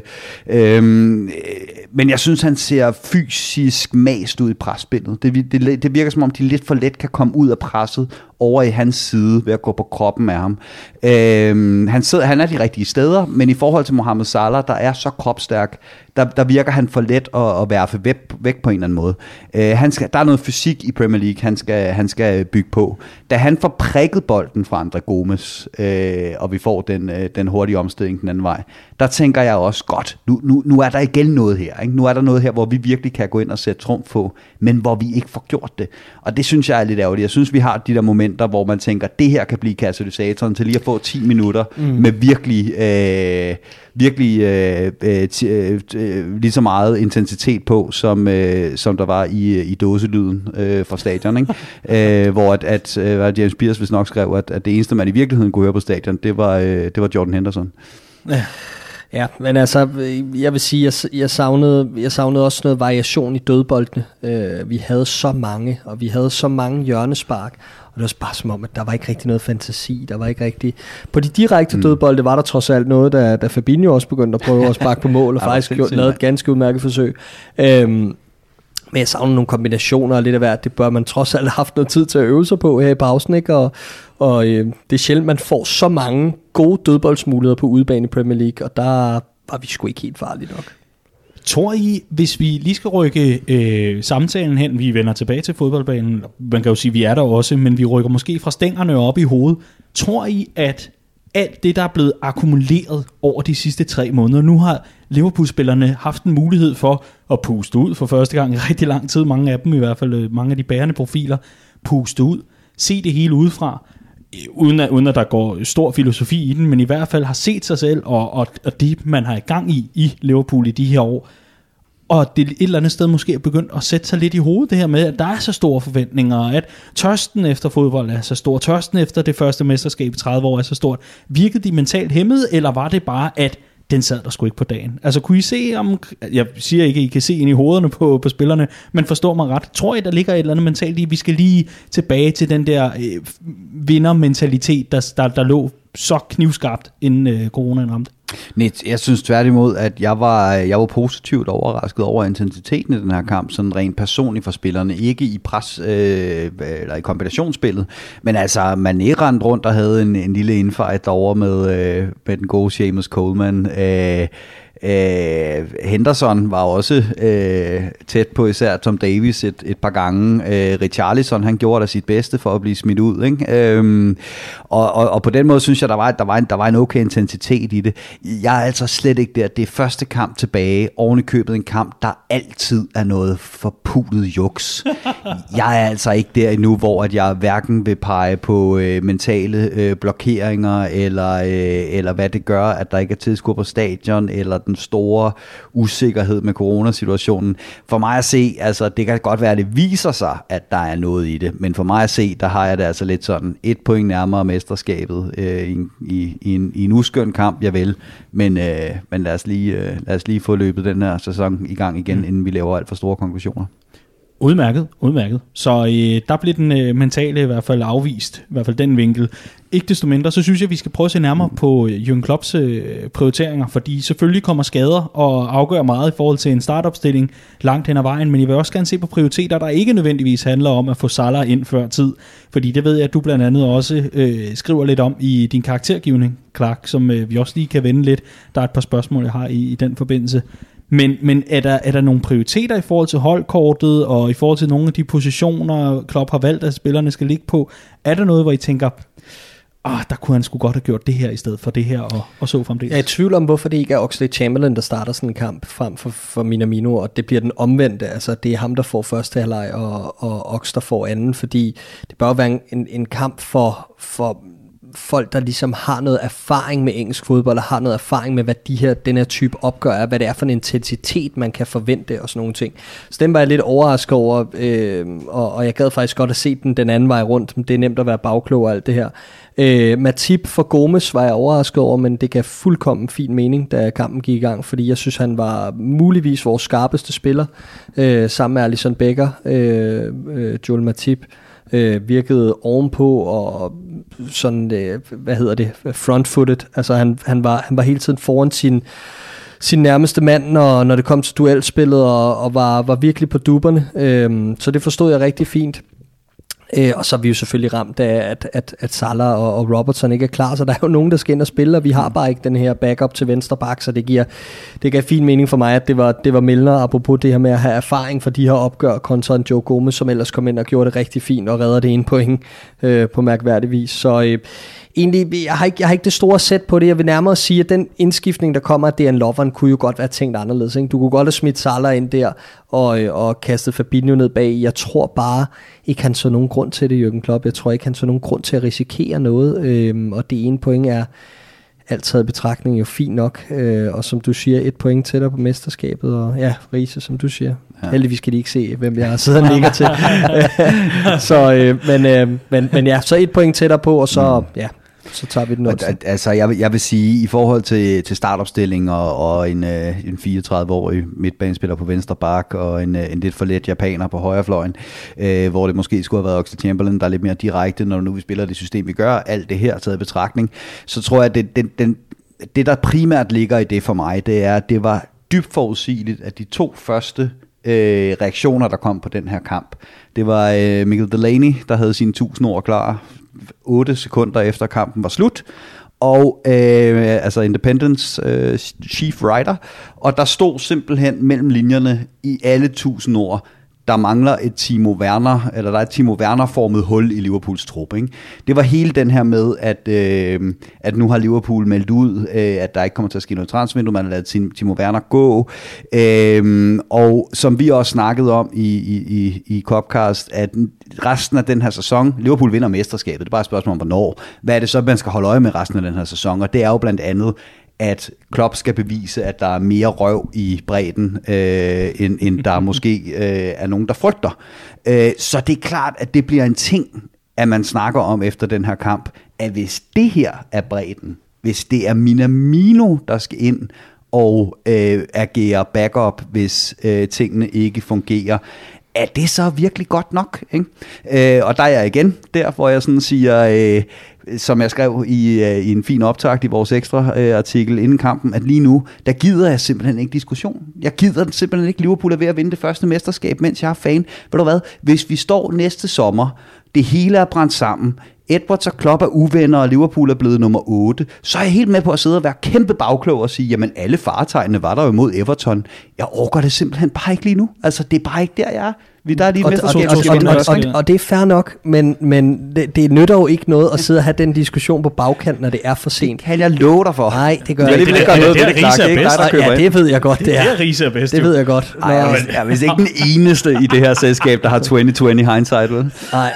S3: Men jeg synes, han ser fysisk mast ud i presspillet. Det virker som om, de lidt for let kan komme ud af presset over i hans side ved at gå på kroppen af ham. Han er de rigtige steder, men i forhold til Mohamed Salah, der er så kropstærk, der virker han for let at værfe væk på en eller anden måde. Der er noget fysik i Premier League, han skal bygge på. Da han får prikket bolden fra André Gomes, og vi får den hurtige omstilling den anden vej, der tænker jeg også, godt, nu er der igen noget her. Ikke? Nu er der noget her, hvor vi virkelig kan gå ind og sætte trumf på, men hvor vi ikke får gjort det. Og det synes jeg er lidt ærgerligt. Jeg synes, vi har de der momenter, hvor man tænker, det her kan blive katalysatoren til lige at få 10 minutter med virkelig lige så meget intensitet på, som der var i dåselyden fra stadion, ikke? Hvor at James Spears vist nok skrev, at det eneste, man i virkeligheden kunne høre på stadion, det var Jordan Henderson.
S2: Ja, men altså, jeg vil sige, jeg savnede også noget variation i dødboldene. Vi havde så mange, og vi havde så mange hjørnespark, og det var bare som om, at der var ikke rigtig noget fantasi, der var ikke rigtig... På de direkte dødbolde var der trods alt noget, da Fabinho også begyndte at prøve at sparke på mål, og faktisk lavede et ganske udmærket forsøg. Men jeg savner nogle kombinationer og lidt af hvert. Det bør man trods alt have haft noget tid til at øve sig på her i pausen, ikke? Og det er sjældent, man får så mange gode dødboldsmuligheder på udebane i Premier League, og der var vi sgu ikke helt farlige nok.
S1: Tror I, hvis vi lige skal rykke samtalen hen, vi vender tilbage til fodboldbanen, man kan jo sige, vi er der også, men vi rykker måske fra stængerne op i hovedet. Tror I, at alt det, der er blevet akkumuleret over de sidste 3 måneder, nu har Liverpool-spillerne haft en mulighed for at puste ud for første gang i rigtig lang tid, mange af dem i hvert fald, mange af de bærende profiler, puste ud, se det hele udefra, uden at der går stor filosofi i den, men i hvert fald har set sig selv, og det, man har i gang i Liverpool i de her år, og det et eller andet sted måske er begyndt at sætte sig lidt i hovedet, det her med, at der er så store forventninger, at tørsten efter fodbold er så stor, tørsten efter det første mesterskab i 30 år er så stort. Virkede de mentalt hæmmede, eller var det bare, at den sad der sgu ikke på dagen? Altså kunne I se jeg siger ikke, at I kan se ind i hovederne på spillerne, men forstår mig ret. Tror I, der ligger et eller andet mentalt i, vi skal lige tilbage til den der vindermentalitet, der lå så knivskarpt, inden coronaen ramte?
S3: Nej, jeg synes tværtimod, at jeg var positivt overrasket over intensiteten i den her kamp, sådan rent personligt for spillerne, ikke i pres eller i kombinationsspillet, men altså Mané rendte rundt og havde en lille infight derovre med den gode Seamus Coleman. Henderson var også tæt på især Tom Davies et par gange. Richarlison, han gjorde da sit bedste for at blive smidt ud, ikke? Og på den måde synes jeg, der var en okay intensitet i det. Jeg er altså slet ikke der. Det er første kamp tilbage, oven i købet en kamp, der altid er noget forpulet juks. Jeg er altså ikke der endnu, hvor at jeg hverken vil pege på mentale blokeringer, eller hvad det gør, at der ikke er tilskuere på stadion, eller den store usikkerhed med coronasituationen. For mig at se, altså det kan godt være, at det viser sig, at der er noget i det, men for mig at se, der har jeg det altså lidt sådan 1 point nærmere mesterskabet i en uskøn kamp, jeg vil, men lad os lige få løbet den her sæson i gang igen, inden vi laver alt for store konklusioner.
S1: Udmærket. Så der blev den mentale i hvert fald afvist, i hvert fald den vinkel. Ikke desto mindre, så synes jeg, at vi skal prøve at se nærmere på Jürgen Klopps prioriteringer, fordi selvfølgelig kommer skader og afgør meget i forhold til en startopstilling langt hen ad vejen, men jeg vil også gerne se på prioriteter, der ikke nødvendigvis handler om at få Salah ind før tid, fordi det ved jeg, at du blandt andet også skriver lidt om i din karaktergivning, Clark, som vi også lige kan vende lidt. Der er et par spørgsmål, jeg har i den forbindelse. Men er der nogle prioriteter i forhold til holdkortet, og i forhold til nogle af de positioner, Klopp har valgt, at spillerne skal ligge på? Er der noget, hvor I tænker, der kunne han sgu godt have gjort det her i stedet for det her, og så fremdeles?
S2: Jeg er i tvivl om, hvorfor det ikke er Oxlade-Chamberlain, der starter sådan en kamp frem for Minamino, og det bliver den omvendte. Altså, det er ham, der får første halvleg, og Ox, der får anden, fordi det bør være en kamp for folk, der ligesom har noget erfaring med engelsk fodbold, og har noget erfaring med, hvad den her type opgør er, hvad det er for en intensitet, man kan forvente, og sådan nogle ting. Så den var jeg lidt overrasket over, og jeg gad faktisk godt at se den anden vej rundt, men det er nemt at være bagklog og alt det her. Matip for Gomes var jeg overrasket over, men det gav fuldkommen fin mening, da kampen gik i gang, fordi jeg synes, han var muligvis vores skarpeste spiller, sammen med Alisson Becker, Joel Matip, virkede ovenpå og sådan, front-footed. Altså han var hele tiden foran sin nærmeste mand, når det kom til duelspillet, og var virkelig på duberne. Så det forstod jeg rigtig fint. Og så er vi jo selvfølgelig ramt af, at Salah og Robertson ikke er klar, så der er jo nogen, der skal ind og spille, og vi har bare ikke den her backup til venstre bak, så det gav fin mening for mig, at det var Milner, apropos det her med at have erfaring for de her opgør, kontra en Joe Gomez, som ellers kom ind og gjorde det rigtig fint, og redder det ene point på mærkværdig vis. Så egentlig, jeg har ikke det store sæt på det. Jeg vil nærmere sige, at den indskiftning, der kommer af Dejan Lovren, kunne jo godt være tænkt anderledes. Ikke? Du kunne godt have smidt Salah ind der, og kastet Fabinho ned bag. Jeg tror bare ikke, han så nogen grund til det, Jürgen Klopp. Jeg tror ikke, han så nogen grund til at risikere noget. Og det ene point er alt taget i betragtning jo fint nok. Og som du siger, 1 point tættere på mesterskabet. Og ja, Riese, som du siger. Ja. Heldigvis kan de ikke se, hvem jeg sidder og ligger til. Så, men ja, så 1 point tættere på, og så, ja, så tager vi den også.
S3: Altså, jeg vil sige, i forhold til startopstilling og en 34-årig midtbanespiller på venstre bak, og en lidt for let japaner på højrefløjen, hvor det måske skulle have været Oxlade-Chamberlain, der er lidt mere direkte, når nu vi spiller det system, vi gør, alt det her taget i betragtning, så tror jeg, at det der primært ligger i det for mig, det er, at det var dybt forudsigeligt, at de 2 første reaktioner, der kom på den her kamp. Det var Michael Delaney, der havde sine 1000 ord klar 8 sekunder efter kampen var slut, og altså Independence chief writer, og der stod simpelthen mellem linjerne i alle 1000 ord, der mangler et Timo Werner, eller der er et Timo Werner-formet hul i Liverpools trup, ikke? Det var hele den her med, at nu har Liverpool meldt ud, at der ikke kommer til at ske noget transfervindue, man har ladet Timo Werner gå, og som vi også snakkede om i Copcast, at resten af den her sæson, Liverpool vinder mesterskabet, det er bare et spørgsmål om hvornår. Hvad er det så, man skal holde øje med resten af den her sæson? Og det er jo blandt andet, at Klopp skal bevise, at der er mere røv i bredden, end der måske er nogen, der frygter. Så det er klart, at det bliver en ting, at man snakker om efter den her kamp, at hvis det her er bredden, hvis det er Minamino, der skal ind og agere backup, hvis tingene ikke fungerer, er det så virkelig godt nok? Ikke? Og der er jeg igen, der hvor jeg sådan siger, som jeg skrev i en fin optakt i vores ekstra artikel inden kampen, at lige nu, der gider jeg simpelthen ikke diskussion. Jeg gider simpelthen ikke. Liverpool er ved at vinde det første mesterskab, mens jeg er fan. Ved du hvad? Hvis vi står næste sommer, det hele er brændt sammen, Edwards og Klopp er uvenner, og Liverpool er blevet nummer 8, så er jeg helt med på at sidde og være kæmpe bagklog og sige, jamen alle faretegnene var der jo mod Everton. Jeg orker det simpelthen bare ikke lige nu. Altså, det er bare ikke der, jeg er. Der er lige
S2: og det er fair nok, men det nytter jo ikke noget at sidde og have den diskussion på bagkanten, når det er for sent.
S3: Det kan jeg love dig for.
S2: Nej, det gør
S1: jeg ikke.
S2: Ja, det ved jeg godt, det er.
S1: Det er Riese er bedst.
S2: Det ved jeg godt.
S3: Jeg er vist ikke den eneste i det her selskab, der har 2020 hindsight, vel?
S2: Nej,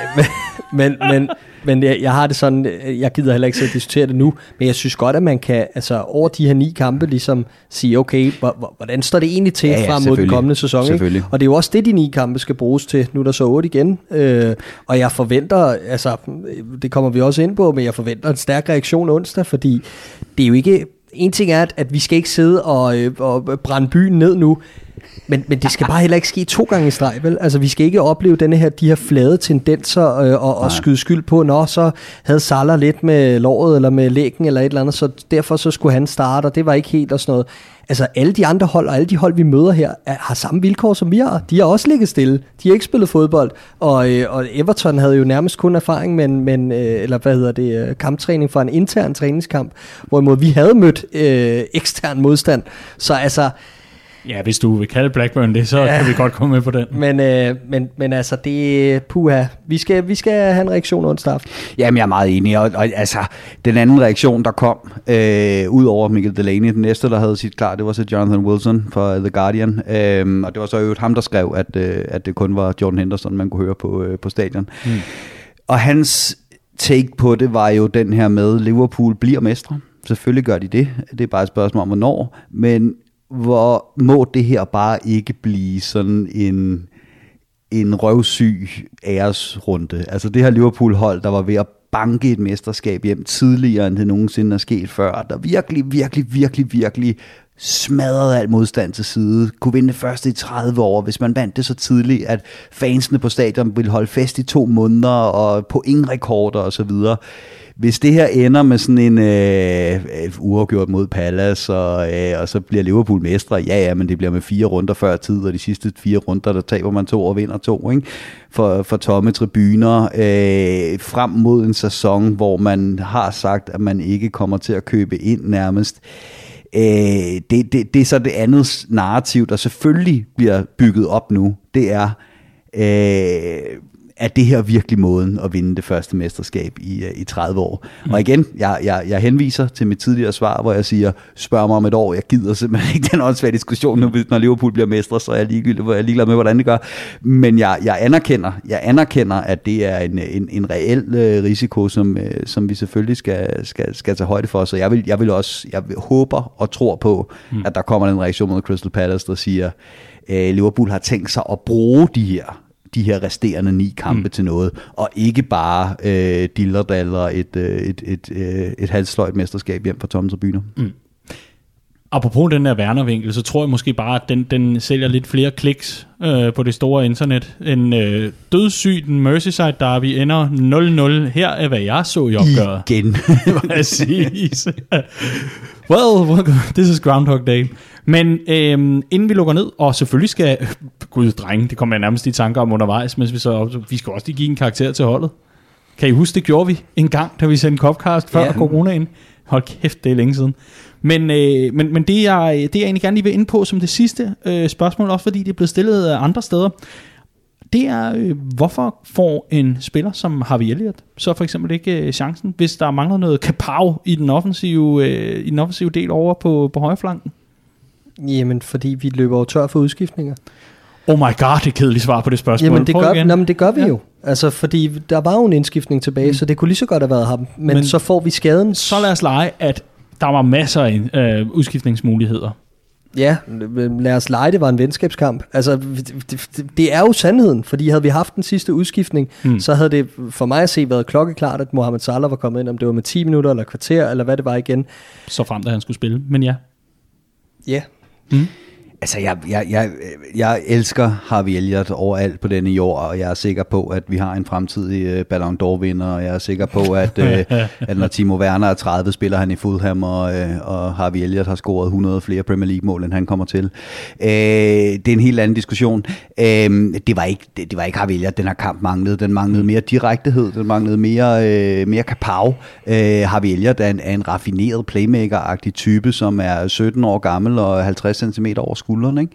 S2: men jeg har det sådan, jeg gider heller ikke så diskutere det nu, men jeg synes godt, at man kan altså over de her 9 kampe ligesom sige, okay, hvordan står det egentlig til frem mod den kommende sæson? Ikke? Og det er jo også det, de 9 kampe skal bruges til. Nu er der så 8 igen, og jeg forventer, altså det kommer vi også ind på, men jeg forventer en stærk reaktion onsdag, fordi det er jo ikke, en ting er, at vi skal ikke sidde og brænde byen ned nu, men det skal bare heller ikke ske 2 gange i streg, vel? Altså, vi skal ikke opleve de her flade tendenser og skyde skyld på, når så havde Salah lidt med låret eller med læggen eller et eller andet, så derfor så skulle han starte, og det var ikke helt og sådan noget. Altså, alle de andre hold og alle de hold, vi møder her, har samme vilkår, som vi har. De har også ligget stille. De har ikke spillet fodbold, og Everton havde jo nærmest kun erfaring med kamptræning fra en intern træningskamp, hvorimod vi havde mødt ekstern modstand. Så altså,
S1: ja, hvis du vil kalde Blackburn det, så kan vi godt komme med på den.
S2: Men altså, det puha. Vi skal have en reaktion onsdag aften.
S3: Jamen, jeg er meget enig. Og altså, den anden reaktion, der kom, ud over Michael Delaney, den næste, der havde sit klar, det var så Jonathan Wilson fra The Guardian. Og det var så jo ham, der skrev, at det kun var Jordan Henderson, man kunne høre på stadion. Og hans take på det var jo den her med, Liverpool bliver mestre. Selvfølgelig gør de det. Det er bare et spørgsmål om, hvornår. Men hvor må det her bare ikke blive sådan en røvsyg æresrunde. Altså det her Liverpool-hold, der var ved at banke et mesterskab hjem tidligere, end det nogensinde er sket før, der virkelig smadrede alt modstand til side, kunne vinde det første i 30 år, hvis man vandt det så tidligt, at fansene på stadion ville holde fest i 2 måneder, og pointrekorder og så videre. Hvis det her ender med sådan en uafgjort mod Palace, og så bliver Liverpool mestre, men det bliver med 4 runder før tid, og de sidste 4 runder, der taber man 2 og vinder 2, ikke? For tomme tribuner, frem mod en sæson, hvor man har sagt, at man ikke kommer til at købe ind nærmest. Det er så det andet narrativ, der selvfølgelig bliver bygget op nu. Det er, at det her virkelig måden at vinde det første mesterskab i 30 år. Og igen, jeg henviser til mit tidligere svar, hvor jeg siger, spørg mig om et år, jeg gider simpelthen ikke den åndsvage diskussion nu, når Liverpool bliver mestre, så er jeg ligeglad med, hvordan det gør. Men jeg anerkender, at det er en reel risiko, som vi selvfølgelig skal tage højde for. Så jeg håber og tror på, at der kommer en reaktion mod Crystal Palace, der siger, Liverpool har tænkt sig at bruge de her resterende 9 kampe til noget, og ikke bare dillerdaller et halvsløjt mesterskab hjem fra tomme tribuner.
S1: Apropos den der Werner-vinkel, så tror jeg måske bare, at den sælger lidt flere kliks på det store internet. En dødssyg Merseyside derby ender 0-0. Her er, hvad jeg så i opgøret.
S3: Igen.
S1: Præcis. Well, this is Groundhog Day. Men inden vi lukker ned, og selvfølgelig skal... Gud, drenge, det kommer jeg nærmest i tanker om undervejs, mens vi skal også lige give en karakter til holdet. Kan I huske, det gjorde vi en gang, da vi sendte Copcast før coronaen? Hold kæft, det er længe siden. Men det jeg egentlig gerne lige vil ind på som det sidste spørgsmål, også fordi det er blevet stillet andre steder, det er, hvorfor får en spiller som Harvey Elliott så for eksempel ikke chancen, hvis der mangler noget kapav i den offensive del over på højre flanken?
S2: Jamen, fordi vi løber jo tør for udskiftninger.
S1: Oh my god, det er kedeligt svar på det spørgsmål.
S2: Jamen, det gør vi jo. Altså, fordi der var jo en indskiftning tilbage, så det kunne lige så godt have været ham. Men så får vi skaden.
S1: Så lad os lege, at der var masser af udskiftningsmuligheder.
S2: Ja, lad os lege, det var en venskabskamp. Altså, det er jo sandheden, fordi havde vi haft den sidste udskiftning, så havde det for mig at se været klokkeklart, at Mohamed Salah var kommet ind, om det var med 10 minutter eller kvarter, eller hvad det var igen.
S1: Så frem, da han skulle spille, men ja.
S2: Ja.
S3: Altså, jeg elsker Harvey Elliott overalt på denne jord, og jeg er sikker på, at vi har en fremtidig Ballon d'Or-vinder, og jeg er sikker på, at når Timo Werner er 30, spiller han i Fulham, og Harvey Elliott har scoret 100 flere Premier League-mål, end han kommer til. Det er en helt anden diskussion. Det var ikke Harvey Elliott, den her kamp manglede. Den manglede mere direktehed, den manglede mere kapav. Harvey Elliott er en raffineret playmaker-agtig type, som er 17 år gammel og 50 cm over skulderen, ikke?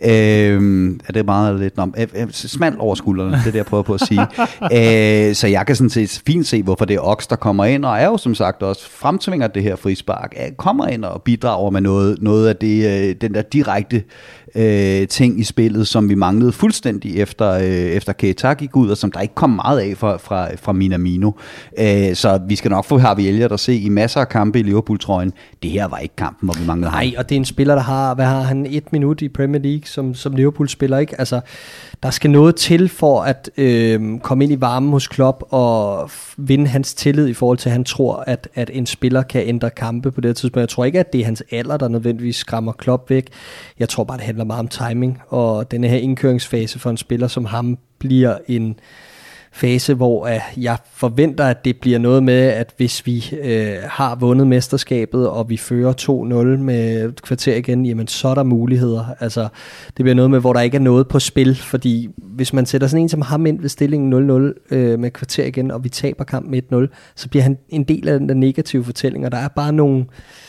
S3: Er det meget lidt smalt over skuldrene, det er det, jeg prøver på at sige. Så jeg kan sådan set fint se, hvorfor det er Ox, der kommer ind, og er jo som sagt også fremtvinger det her frispark, kommer ind og bidrager med noget af det, den der direkte ting i spillet, som vi manglede fuldstændig efter Keita gik ud, og som der ikke kom meget af fra Minamino. Så vi skal nok få Harvey Elliott at se i masser af kampe i Liverpool-trøjen. Det her var ikke kampen, hvor vi manglede ham.
S2: Nej, og det er en spiller, der har, hvad har han, 1 minut i Premier League, som Liverpool-spiller, ikke? Altså, der skal noget til for at komme ind i varmen hos Klopp og vinde hans tillid i forhold til, at han tror, at en spiller kan ændre kampe på det tidspunkt. Jeg tror ikke, at det er hans alder, der nødvendigvis skræmmer Klopp væk. Jeg tror bare, det handler meget om timing, og denne her indkøringsfase for en spiller som ham bliver en fase, hvor jeg forventer, at det bliver noget med, at hvis vi har vundet mesterskabet, og vi fører 2-0 med et kvarter igen, jamen så er der muligheder. Altså, det bliver noget med, hvor der ikke er noget på spil, fordi hvis man sætter sådan en som ham ind ved stillingen 0-0 med et kvarter igen, og vi taber kampen 1-0, så bliver han en del af den der negative fortælling, og der er bare nogle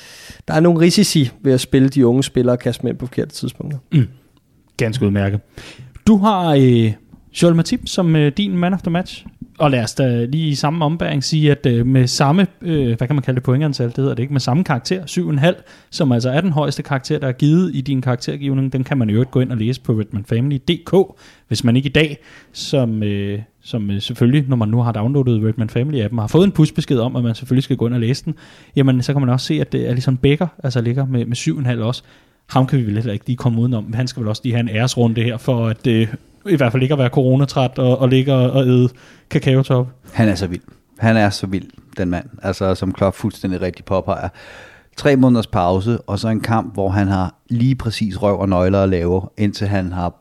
S2: risici ved at spille de unge spillere og kaste med på forkerte tidspunkter.
S1: Ganske udmærket. Du har Joel Matip som din man of the match, og lad os da lige i samme ombæring sige, at med samme, hvad kan man kalde det, pointantal, det hedder det ikke, med samme karakter, 7,5, som altså er den højeste karakter, der er givet i din karaktergivning, den kan man jo gå ind og læse på redmanfamily.dk, hvis man ikke i dag, som selvfølgelig, når man nu har downloadet Redman Family-appen, har fået en pushbesked om, at man selvfølgelig skal gå ind og læse den, jamen så kan man også se, at det er ligesom Becker, altså ligger med 7,5 også. Ham kan vi vel heller ikke lige komme udenom. Han skal vel også lige have en æresrunde her, for at i hvert fald ikke at være coronatræt og ligge og æde kakaotop.
S3: Han er så vild. Han er så vild, den mand. Altså, som Klopp fuldstændig rigtig påpeger. 3 måneders pause, og så en kamp, hvor han har lige præcis røv og nøgler at lave, indtil han har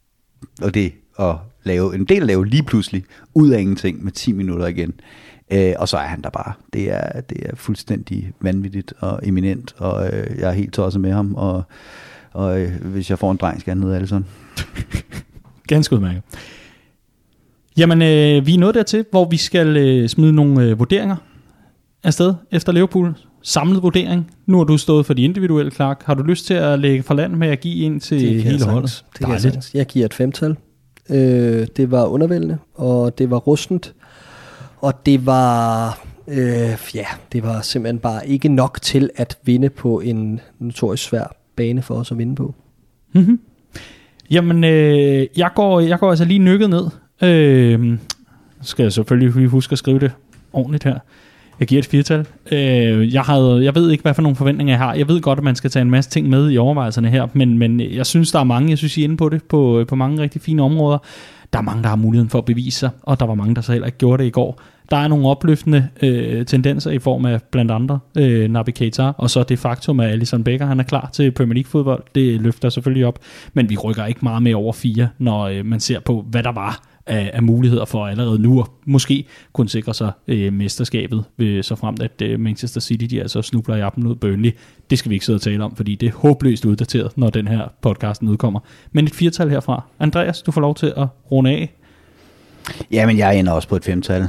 S3: at lave lige pludselig, ud af ingenting med 10 minutter igen. Og så er han der bare. Det er fuldstændig vanvittigt og eminent, og jeg er helt tosset med ham, og hvis jeg får en dreng, skal han hedde Alisson.
S1: Ganske udmærket. Jamen, vi er nået dertil, hvor vi skal smide nogle vurderinger afsted efter Liverpool. Samlet vurdering. Nu har du stået for de individuelle, Clark. Har du lyst til at lægge for land med at give ind til hele holdet?
S2: Det kan jeg giver et 5-tal. Det var undervældende, og det var rustent, og det var det var simpelthen bare ikke nok til at vinde på en notorisk svær bane for os at vinde på.
S1: Mm-hmm. Jamen, jeg går altså lige nykket ned. Skal jeg selvfølgelig huske at skrive det ordentligt her. Jeg giver et 4-tal. Jeg ved ikke, hvad for nogle forventninger jeg har. Jeg ved godt, at man skal tage en masse ting med i overvejelserne her, men jeg synes, der er mange, I er inde på det, på mange rigtig fine områder. Der er mange, der har muligheden for at bevise sig, og der var mange, der så heller ikke gjorde det i går. Der er nogle opløftende tendenser i form af blandt andre Naby Keita, og så det faktum, at Alisson Becker han er klar til Premier League fodbold. Det løfter selvfølgelig op, men vi rykker ikke meget mere over 4, når man ser på, hvad der var af muligheder for allerede nu at måske kunne sikre sig mesterskabet, så fremt at Manchester City de altså snubler i appen ud Burnley. Det skal vi ikke sidde og tale om, fordi det er håbløst uddateret, når den her podcasten udkommer. Men et 4-tal herfra. Andreas, du får lov til at runde af.
S3: Jamen, jeg ender også på et 5-tal.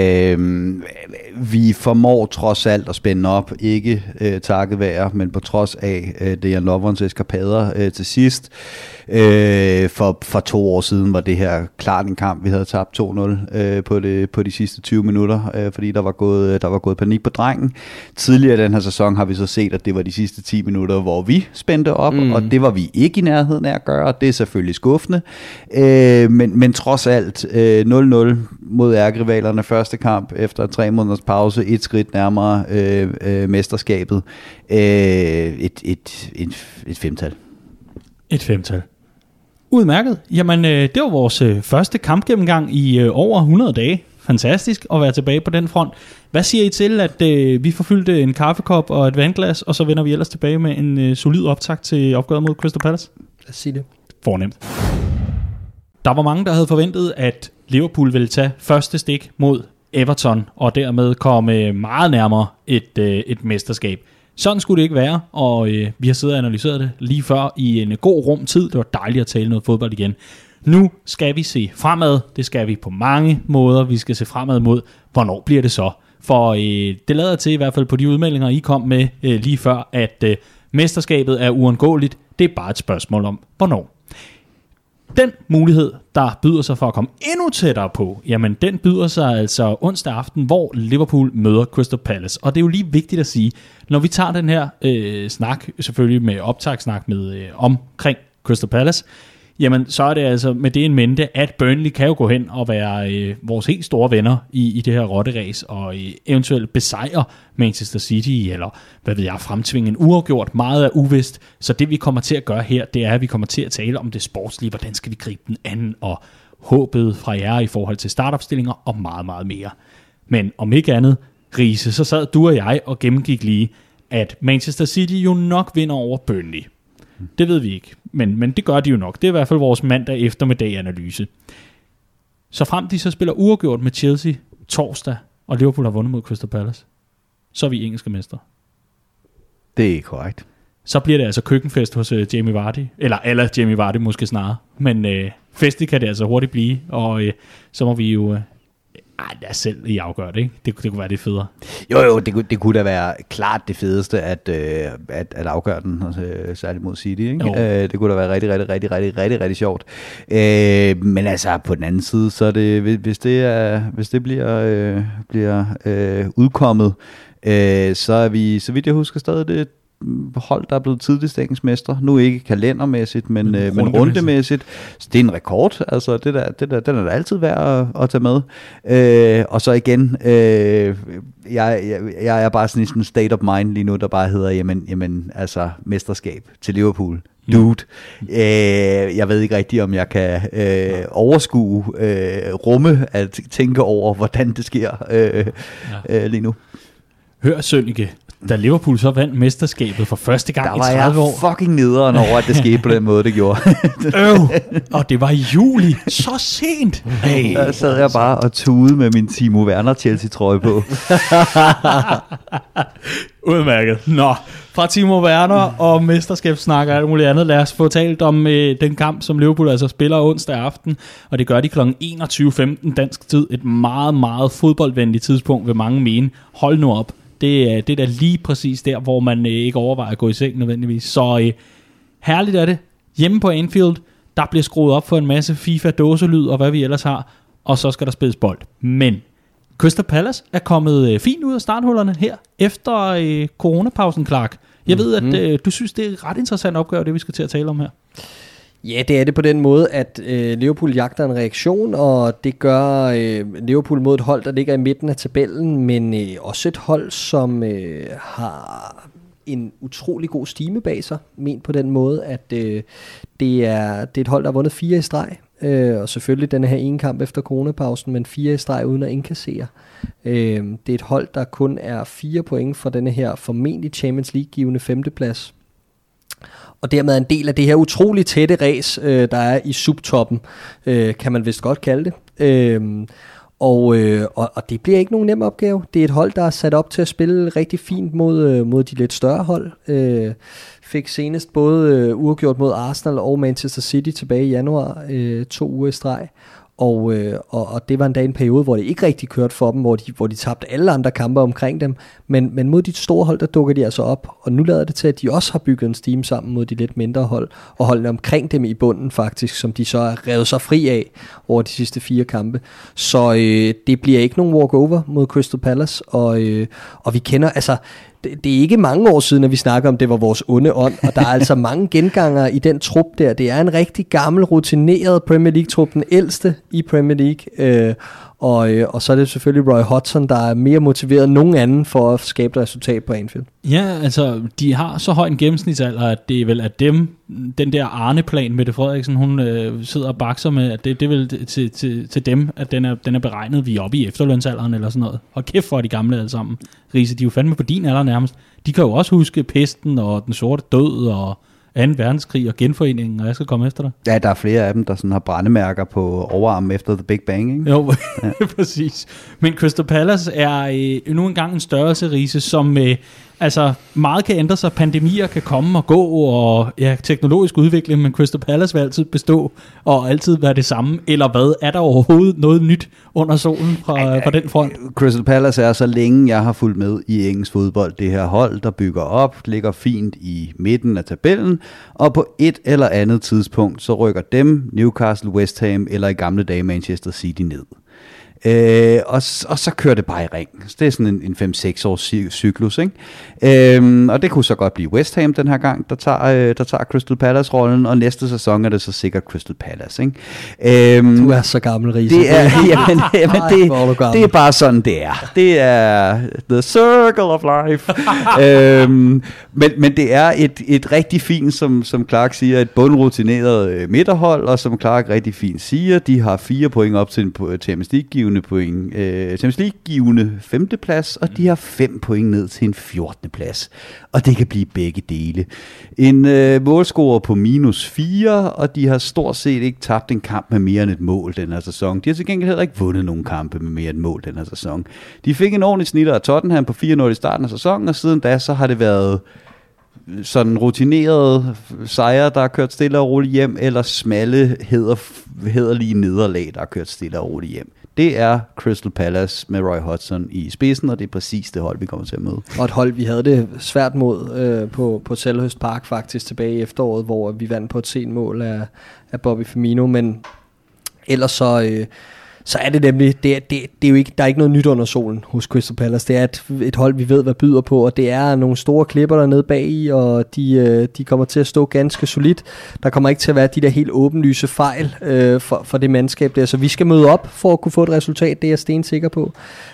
S3: Vi formår trods alt at spænde op, ikke takket være, men på trods af Dejan Lovren's eskapader til sidst. For 2 år siden var det her klart en kamp, vi havde tabt 2-0 på de sidste 20 minutter, fordi der var gået panik på drengen. Tidligere i den her sæson har vi så set, at det var de sidste 10 minutter, hvor vi spændte op, og det var vi ikke i nærheden af at gøre. Det er selvfølgelig skuffende, men trods alt 0-0 mod ærkerivalerne første kamp efter 3 måneders pause, et skridt nærmere mesterskabet. Et 5-tal.
S1: Et 5-tal. Udmærket. Jamen, det var vores første kampgennemgang i over 100 dage. Fantastisk at være tilbage på den front. Hvad siger I til, at vi forfyldte en kaffekop og et vandglas, og så vender vi ellers tilbage med en solid optakt til opgøret mod Crystal Palace?
S2: Lad os sige det.
S1: Fornemt. Der var mange, der havde forventet, at Liverpool ville tage første stik mod Everton, og dermed komme meget nærmere et mesterskab. Sådan skulle det ikke være, og vi har siddet og analyseret det lige før i en god rum tid. Det var dejligt at tale noget fodbold igen. Nu skal vi se fremad. Det skal vi på mange måder. Vi skal se fremad mod, hvornår bliver det så? For det lader til, i hvert fald på de udmeldinger, I kom med lige før, at mesterskabet er uundgåeligt. Det er bare et spørgsmål om, hvornår. Den mulighed, der byder sig for at komme endnu tættere på, jamen den byder sig altså onsdag aften, hvor Liverpool møder Crystal Palace. Og det er jo lige vigtigt at sige, når vi tager den her snak, selvfølgelig med optagssnak med omkring Crystal Palace, jamen så er det altså med det en mente, at Burnley kan jo gå hen og være vores helt store venner i det her rotteræs, og eventuelt besejre Manchester City, eller hvad ved jeg, fremtvinge en uafgjort. Meget er uvist, så det vi kommer til at gøre her, det er, at vi kommer til at tale om det sportslige, hvordan skal vi gribe den anden, og håbet fra jer i forhold til startopstillinger, og meget, meget mere. Men om ikke andet, Riese, så sad du og jeg og gennemgik lige, at Manchester City jo nok vinder over Burnley. Det ved vi ikke, men det gør de jo nok. Det er i hvert fald vores mandag eftermiddag-analyse. Så frem de så spiller uafgjort med Chelsea torsdag, og Liverpool har vundet mod Crystal Palace, så er vi engelske mestre.
S3: Det er korrekt.
S1: Så bliver det altså køkkenfest hos Jamie Vardy, eller Jamie Vardy måske snarere. Men festligt kan det altså hurtigt blive, og så må vi jo... lad os selv i afgøre det, ikke? Det kunne være det federe.
S3: Jo, det kunne da være klart det fedeste at afgøre den, særligt mod City, ikke? Det kunne da være rigtig sjovt. Men altså på den anden side, så er det, hvis det bliver udkommet, så er vi, så vidt jeg husker, stadig det hold, der er blevet tidsdækningsmestre. Nu ikke kalendermæssigt, men rundemæssigt. Så det er en rekord. Altså, den er da altid værd at tage med. Og så igen, jeg er bare sådan i sådan en state of mind lige nu, der bare hedder, jamen altså, mesterskab til Liverpool. Dude. Jeg ved ikke rigtigt, om jeg kan overskue, rumme at tænke over, hvordan det sker lige nu.
S1: Hør, Sønneke, da Liverpool så vandt mesterskabet for første gang i 30 år.
S3: Der var jeg fucking nederen over, at det skete på den måde, det gjorde.
S1: Og det var i juli. Så sent.
S3: Hey. Der sad jeg bare og tude med min Timo Werner Chelsea-trøje på.
S1: Udmærket. Nå, fra Timo Werner og mesterskabssnakker og alt muligt andet. Lad os få talt om den kamp, som Liverpool altså spiller onsdag aften. Og det gør de kl. 21.15 dansk tid. Et meget, meget fodboldvenligt tidspunkt, vil mange mene. Hold nu op. Det er da lige præcis der, hvor man ikke overvejer at gå i seng nødvendigvis. Så herligt er det. Hjemme på Anfield, der bliver skruet op for en masse FIFA-dåselyd og hvad vi ellers har. Og så skal der spilles bold. Men Crystal Palace er kommet fint ud af starthullerne her efter coronapausen, Clark. Jeg ved, at du synes, det er et ret interessant opgave, det vi skal til at tale om her.
S2: Ja, det er det på den måde, at Liverpool jagter en reaktion, og det gør Liverpool mod et hold, der ligger i midten af tabellen, men også et hold, som har en utrolig god stime bag sig, ment på den måde, at det er et hold, der har vundet 4 i streg, og selvfølgelig denne her ene kamp efter coronapausen, men 4 i streg uden at indkassere. Det er et hold, der kun er 4 point fra denne her formentlig Champions League-givende 5. plads. og dermed en del af det her utroligt tætte ræs, der er i subtoppen, kan man vist godt kalde det. Og det bliver ikke nogen nem opgave. Det er et hold, der er sat op til at spille rigtig fint mod de lidt større hold. Fik senest både uafgjort mod Arsenal og Manchester City tilbage i januar, 2 uger i streg. Og det var endda en periode, hvor det ikke rigtig kørte for dem, hvor de tabte alle andre kampe omkring dem. Men mod de store hold, der dukker de altså op. Og nu lader det til, at de også har bygget en steam sammen mod de lidt mindre hold, og holdene omkring dem i bunden faktisk, som de så er revet sig fri af over de sidste 4 kampe. Så det bliver ikke nogen walkover mod Crystal Palace, og vi kender, altså det er ikke mange år siden, at vi snakker om, det var vores onde ånd, og der er altså mange gengangere i den trup der. Det er en rigtig gammel, rutineret Premier League-trup, den ældste i Premier League, og så er det selvfølgelig Roy Hodgson, der er mere motiveret end nogen anden for at skabe et resultat på Anfield.
S1: Ja, altså, de har så høj en gennemsnitsalder, at det er vel af dem, den der Arne-plan, Mette Frederiksen, hun sidder og bakser med, at det er vel til dem, at den er beregnet, vi er oppe i efterlønsalderen eller sådan noget. Og kæft for de gamle alle sammen. Riese, de er jo fandme på din alder nærmest. De kan jo også huske pesten og den sorte død og 2. verdenskrig og genforeningen, og jeg skal komme efter dig.
S3: Ja, der er flere af dem, der sådan har brændemærker på overarmen efter The Big Bang, ikke?
S1: Jo, ja. Præcis. Men Crystal Palace er nu engang en størrelse, Riese, som altså meget kan ændre sig. Pandemier kan komme og gå, og ja, teknologisk udvikling, men Crystal Palace vil altid bestå og altid være det samme. Eller hvad? Er der overhovedet noget nyt under solen fra den front?
S3: Crystal Palace er, så længe jeg har fulgt med i engelsk fodbold, det her hold, der bygger op, ligger fint i midten af tabellen, og på et eller andet tidspunkt, så rykker dem Newcastle, West Ham eller i gamle dage Manchester City ned. Og så kører det bare i ring. Så det er sådan en 5-6 års cyklus, ikke? Og det kunne så godt blive West Ham den her gang, der tager Crystal Palace rollen, og næste sæson er det så sikkert Crystal Palace, ikke?
S2: Du er så gammel, Riese.
S3: Det er, det er bare sådan det er. Det er the circle of life. Men det er et rigtig fint, som Clark siger, et bundrutineret midterhold, og som Clark rigtig fint siger, de har 4 point op til en Champions League-givende 5. plads, og de har 5 point ned til en 14. plads. Og det kan blive begge dele. En målscorer på -4, og de har stort set ikke tabt en kamp med mere end et mål den her sæson. De har til gengæld heller ikke vundet nogen kampe med mere end et mål den her sæson. De fik en ordentlig snitter af Tottenham på 4-0 i starten af sæsonen, og siden da så har det været sådan rutinerede sejre, der har kørt stille og roligt hjem, eller smalle, hæderlige nederlag, der har kørt stille og roligt hjem. Det er Crystal Palace med Roy Hodgson i spidsen, og det er præcis det hold, vi kommer til at møde.
S2: Og et hold, vi havde det svært mod på Selhurst Park faktisk tilbage i efteråret, hvor vi vandt på et sent mål af Bobby Firmino, men ellers så er det nemlig, det er jo ikke, der er ikke noget nyt under solen hos Crystal Palace. Det er et hold, vi ved, hvad byder på, og det er nogle store klipper dernede bag i, og de kommer til at stå ganske solidt. Der kommer ikke til at være de der helt åbenlyse fejl for det mandskab der, så vi skal møde op for at kunne få et resultat, det er jeg stensikker på.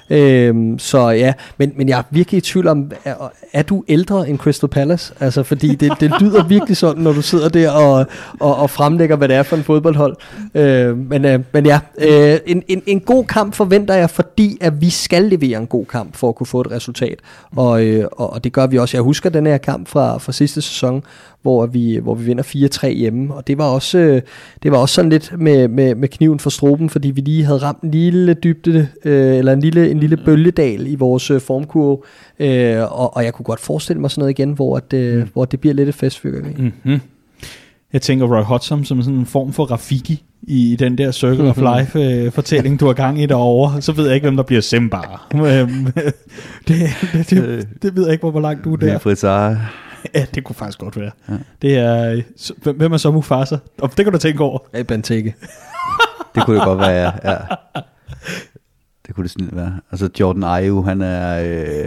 S2: Så ja, men jeg er virkelig i tvivl om, er du ældre end Crystal Palace? Altså, fordi det lyder virkelig sådan, når du sidder der og fremlægger, hvad det er for en fodboldhold. Men ja, en god kamp forventer jeg, fordi at vi skal levere en god kamp for at kunne få et resultat. Og det gør vi også. Jeg husker den her kamp fra sidste sæson, hvor vi vinder 4-3 hjemme, og det var også sådan lidt med kniven for struben, fordi vi lige havde ramt en lille dybde, eller en lille bølgedal i vores formkurve, og jeg kunne godt forestille mig sådan noget igen, hvor det bliver lidt et festfyrkeri.
S1: Mm-hmm. Jeg tænker Roy Hodgson som sådan en form for Rafiki i den der Circle of Life fortælling, du har gang i derovre. Så ved jeg ikke, hvem der bliver Simbar. Det ved jeg ikke, hvor langt du er der.
S3: Wilfried Zaha.
S1: Ja, det kunne faktisk godt være. Ja. Det er, hvem er så Mufasa? Det kan du tænke over.
S2: Ja, Benteke.
S3: Det kunne det godt være, ja. Det kunne det sådan være. Altså Jordan Ayew, han er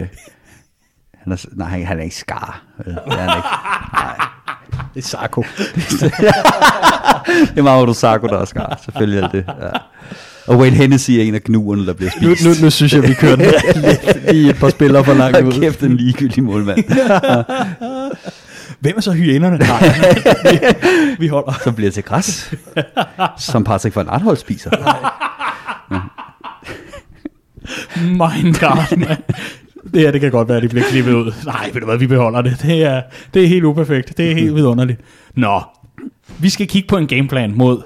S3: ikke Scar. Det er han ikke. Nej.
S2: Det er Sarko.
S3: Det er Mauro Sarko, der er Scar. Selvfølgelig er det. Ja. Og Wayne Hennessy er en af gnuerne, der bliver spist.
S2: Nu synes jeg, vi kører lidt i et par spillere for langt ud.
S3: Kæft, en ligegyldig målmand.
S1: Hvem er så hyænerne? Nej, vi holder.
S3: Som bliver til græs. Som Patrick van Aanholt spiser.
S1: Mein God, man. Det kan godt være, at det bliver klippet ud. Nej, ved du hvad, vi beholder det. Det er helt uperfekt. Det er helt vidunderligt. Nå, vi skal kigge på en gameplan mod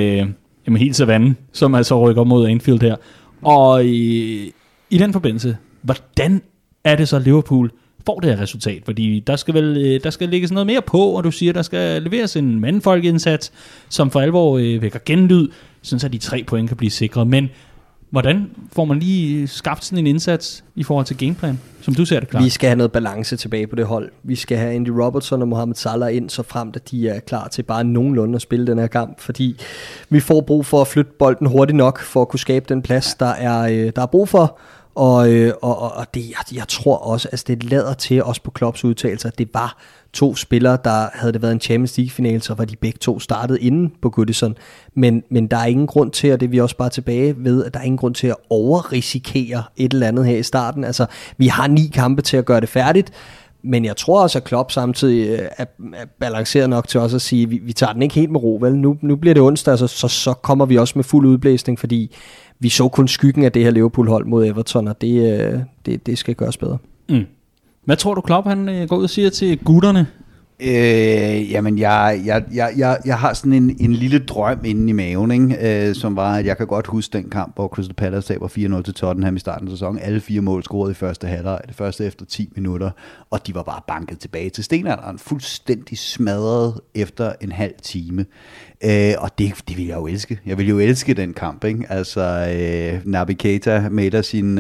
S1: helt Savannen, som altså rykker mod Anfield her. Og i den forbindelse, hvordan er det så Liverpool får det her resultat? Fordi der skal lægges noget mere på, og du siger, der skal leveres en mandfolkeindsats, som for alvor vækker genlyd, sådan at de 3 point kan blive sikret. Men hvordan får man lige skabt sådan en indsats i forhold til gameplan, som du ser det klart?
S2: Vi skal have noget balance tilbage på det hold. Vi skal have Andy Robertson og Mohamed Salah ind, så fremt at de er klar til bare nogenlunde at spille den her kamp, fordi vi får brug for at flytte bolden hurtigt nok, for at kunne skabe den plads, der er brug for. Og det, jeg tror også, altså det lader til også på Klopps udtalelser, at det var 2 spillere, der havde det været en Champions League-finale, så var de begge 2 startet inden på Goodison. Men der er ingen grund til, og det er vi også bare tilbage ved, at der er ingen grund til at overrisikere et eller andet her i starten. Altså, vi har 9 kampe til at gøre det færdigt, men jeg tror også, at Klopp samtidig er balanceret nok til også at sige, at vi tager den ikke helt med ro, vel? Nu bliver det onsdag, så kommer vi også med fuld udblæsning, fordi vi så kun skyggen af det her Liverpool-hold mod Everton, og det skal gøres bedre.
S1: Mm. Hvad tror du, Klopp han går ud og siger til gutterne?
S3: Jamen, jeg har sådan en lille drøm inde i maven, ikke? Som var, at jeg kan godt huske den kamp, hvor Crystal Palace taber 4-0 til Tottenham i starten af sæsonen. Alle 4 mål scorede i første halvleg, det første efter 10 minutter, og de var bare banket tilbage til stenalderen, fuldstændig smadret efter en halv time. Og det vil jeg jo elske. Jeg vil jo elske den kamp, ikke? Altså, Naby Keita mætter sin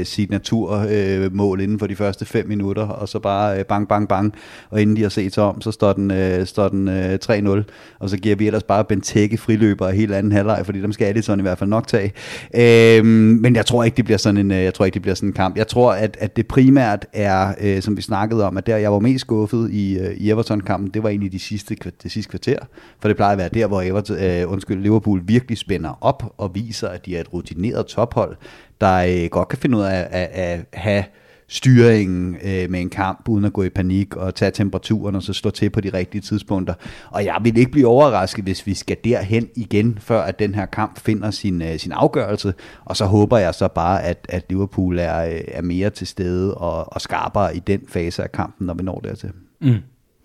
S3: signaturmål inden for de første 5 minutter, og så bare bang, bang, bang, og inden de har set sig om, så står den 3-0, og så giver vi ellers bare Benteke friløber af hele anden halvleg, fordi dem skal Alisson i hvert fald nok tage. Men jeg tror ikke, det bliver sådan en kamp. Jeg tror, at det primært er, som vi snakkede om, at der jeg var mest skuffet i Everton-kampen, det var egentlig det sidste kvarter, for det plejer at være der, hvor Liverpool virkelig spænder op og viser, at de er et rutineret tophold, der godt kan finde ud af at have styringen med en kamp, uden at gå i panik og tage temperaturen og så slå til på de rigtige tidspunkter. Og jeg vil ikke blive overrasket, hvis vi skal derhen igen, før at den her kamp finder sin afgørelse. Og så håber jeg så bare, at Liverpool er mere til stede og skarpere i den fase af kampen, når vi når dertil. Mm.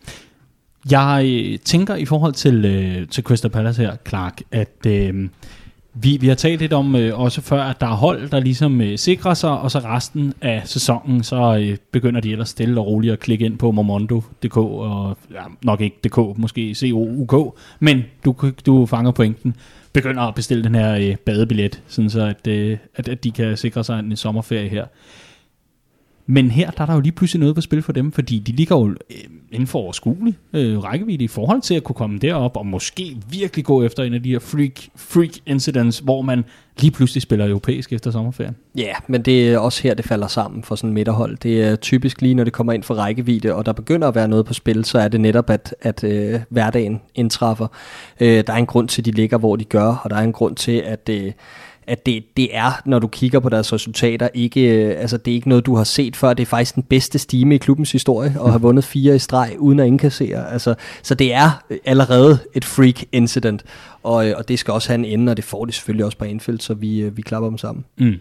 S1: Jeg tænker i forhold til Crystal Palace her, Clark, at vi har talt lidt om også før, at der er hold, der ligesom sikrer sig, og så resten af sæsonen, så begynder de ellers stille og roligt at klikke ind på Momondo.dk, og nok ikke DK, måske COUK, men du fanger pointen. Begynder at bestille den her badebillet, sådan så at de kan sikre sig en sommerferie her. Men her der er der jo lige pludselig noget på spil for dem, fordi de ligger jo inden for overskuelig rækkevidde i forhold til at kunne komme derop og måske virkelig gå efter en af de her freak incidents, hvor man lige pludselig spiller europæisk efter sommerferien.
S2: Ja, men det er også her, det falder sammen for sådan en midterhold. Det er typisk lige, når det kommer ind for rækkevidde, og der begynder at være noget på spil, så er det netop, at hverdagen indtræffer. Der er en grund til, at de ligger, hvor de gør, og der er en grund til, at det er, når du kigger på deres resultater, ikke, altså det er ikke noget, du har set før. Det er faktisk den bedste stime i klubbens historie, og har vundet 4 i streg, uden at indkassere. Altså, så det er allerede et freak incident, og det skal også have en ende, og det får de selvfølgelig også på Anfield, så vi klapper dem sammen. Mm.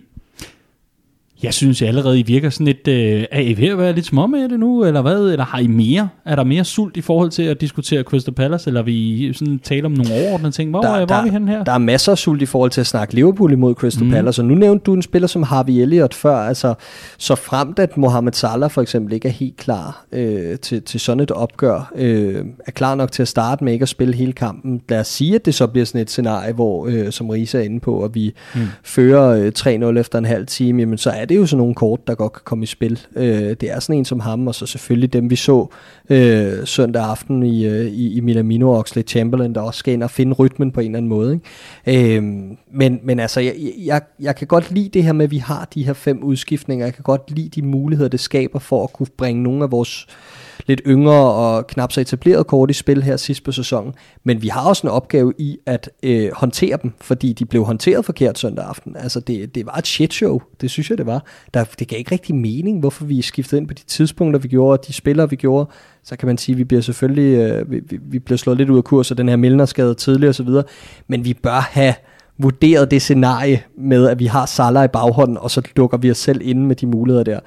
S1: Jeg synes allerede, I virker sådan lidt, er I ved at være lidt små med det nu, eller hvad? Eller har I mere? Er der mere sult i forhold til at diskutere Crystal Palace, eller vil I sådan tale om nogle overordnede ting? Hvor er vi henne her?
S2: Der er masser af sult i forhold til at snakke Liverpool imod Crystal Palace, og nu nævnte du en spiller som Harvey Elliott før, altså så fremt at Mohamed Salah for eksempel ikke er helt klar til sådan et opgør, er klar nok til at starte med ikke at spille hele kampen. Lad os sige, at det så bliver sådan et scenarie, hvor som Risa er inde på, at vi fører 3-0 efter en halv time, jamen så er det jo sådan nogle kort, der godt kan komme i spil. Det er sådan en som ham, og så selvfølgelig dem, vi så søndag aften i Minamino og Oxlade-Chamberlain, der også skal ind og finde rytmen på en eller anden måde. Ikke? Men altså, jeg kan godt lide det her med, at vi har de her 5 udskiftninger. Jeg kan godt lide de muligheder, det skaber for at kunne bringe nogle af vores lidt yngre og knap så etableret kort i spil her sidst på sæsonen. Men vi har også en opgave i at håndtere dem, fordi de blev håndteret forkert søndag aften. Altså det var et shitshow, det synes jeg det var. Det gav ikke rigtig mening, hvorfor vi skiftede ind på de tidspunkter, vi gjorde, og de spillere, vi gjorde. Så kan man sige, at vi bliver selvfølgelig vi bliver slået lidt ud af kurs, og den her Milner-skade tidligere osv. Men vi bør have vurderet det scenarie med, at vi har Salah i baghånden, og så dukker vi os selv inde med de muligheder der.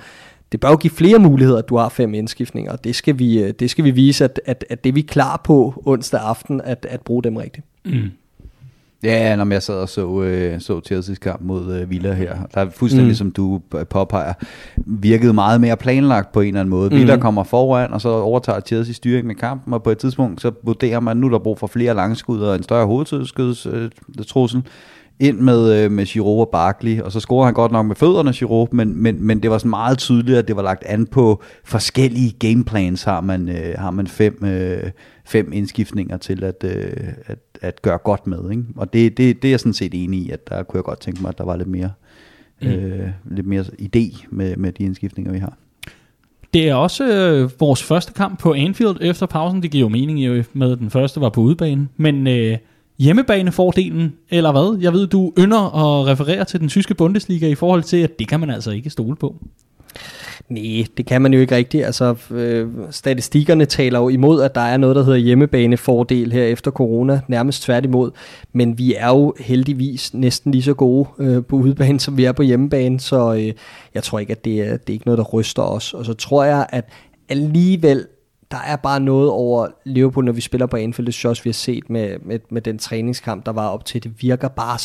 S2: det bør jo give flere muligheder, at du har 5 indskiftninger, og det skal vi vise, at det vi er klar på onsdag aften, at bruge dem rigtigt.
S3: Ja, når jeg sad og så Chelsea's kamp mod Villa her, der er fuldstændig som du påpeger, virkede meget mere planlagt på en eller anden måde. Villa kommer foran, og så overtager Chelsea styringen med kampen, og på et tidspunkt så vurderer man, nu der er brug for flere langskud og en større hovedskudstrussel ind med Giroud og Barkley, og så scorer han godt nok med fødderne, Giroud, men det var sådan meget tydeligt, at det var lagt an på forskellige gameplans, har man 5 indskiftninger til at gøre godt med, ikke? Og det er jeg sådan set enig i, at der kunne jeg godt tænke mig, at der var lidt mere idé med de indskiftninger, vi har.
S1: Det er også vores første kamp på Anfield efter pausen. Det giver jo mening med, at den første var på udebane, men hjemmebanefordelen, eller hvad? Jeg ved, du ynder at referere til den tyske Bundesliga i forhold til, at det kan man altså ikke stole på.
S2: Nej, det kan man jo ikke rigtigt. Altså, statistikkerne taler jo imod, at der er noget, der hedder hjemmebanefordel her efter corona, nærmest tværtimod. Men vi er jo heldigvis næsten lige så gode på udebane, som vi er på hjemmebane, så jeg tror ikke, at det er ikke noget, der ryster os. Og så tror jeg, at alligevel der er bare noget over Liverpool, når vi spiller på Anfield. Det synes jeg også, vi har set med den træningskamp, der var op til. Det virker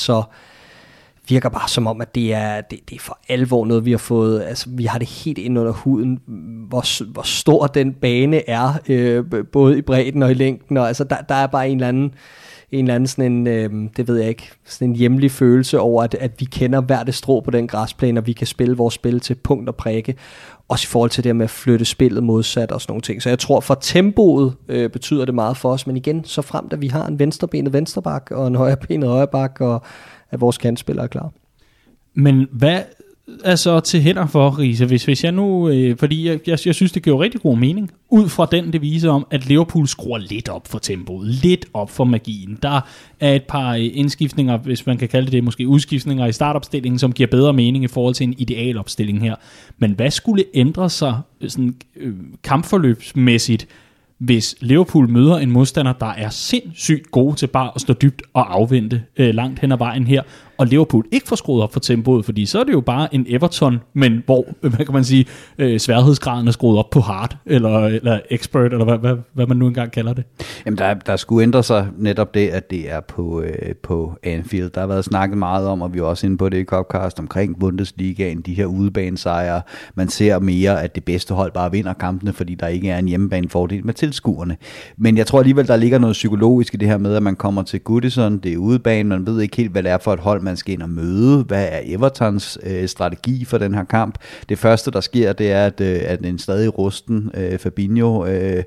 S2: bare som om, at det er for alvor noget, vi har fået. Altså, vi har det helt ind under huden, hvor stor den bane er, både i bredden og i længden. Og, altså, der er bare en eller anden sådan en, det ved jeg ikke, sådan en hjemlig følelse over, at vi kender hvert strå på den græsplæne, og vi kan spille vores spil til punkt og prikke. Også i forhold til det med at flytte spillet modsat og sådan nogle ting. Så jeg tror, for tempoet betyder det meget for os. Men igen, så fremt at vi har en venstrebenet venstreback og en højrebenet højreback, og at vores kantspillere er klar.
S1: Men hvad er så til hænder for, Riese, hvis jeg nu, fordi jeg synes, det giver rigtig god mening, ud fra den devise om, at Liverpool skruer lidt op for tempoet, lidt op for magien. Der er et par indskiftninger, hvis man kan kalde det måske udskiftninger i startopstillingen, som giver bedre mening i forhold til en idealopstilling her. Men hvad skulle ændre sig sådan, kampforløbsmæssigt, hvis Liverpool møder en modstander, der er sindssygt gode til bare at stå dybt og afvente langt hen ad vejen her, og Liverpool ikke får skruet op for tempoet, fordi så er det jo bare en Everton, men hvor, hvad kan man sige, sværhedsgraden er skruet op på hard, eller expert, eller hvad man nu engang kalder det.
S3: Jamen, der skulle ændre sig netop det, at det er på Anfield. Der har været snakket meget om, og vi er også inde på det i Copcast, omkring Bundesligaen, de her udebanesejre. Man ser mere, at det bedste hold bare vinder kampene, fordi der ikke er en hjemmebanefordel med tilskuerne. Men jeg tror alligevel, der ligger noget psykologisk i det her med, at man kommer til Goodison, det er udebane, man ved ikke helt, hvad det er for et hold, man skal ind og møde. Hvad er Evertons strategi for den her kamp? Det første, der sker, det er, at en stadig rusten Fabinho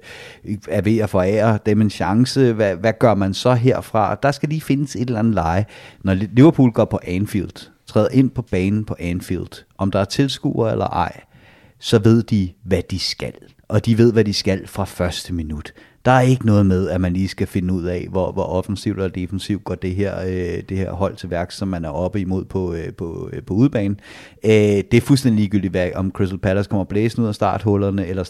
S3: er ved at forære dem en chance. Hvad gør man så herfra? Der skal lige findes et eller andet leje. Når Liverpool går på Anfield, træder ind på banen på Anfield, om der er tilskuere eller ej, så ved de, hvad de skal. Og de ved, hvad de skal fra første minut. Der er ikke noget med, at man lige skal finde ud af, hvor offensivt eller defensivt går det her hold til værks, som man er oppe imod på udebane. Det er fuldstændig ligegyldigt, om Crystal Palace kommer blæsende ud af starthullerne, eller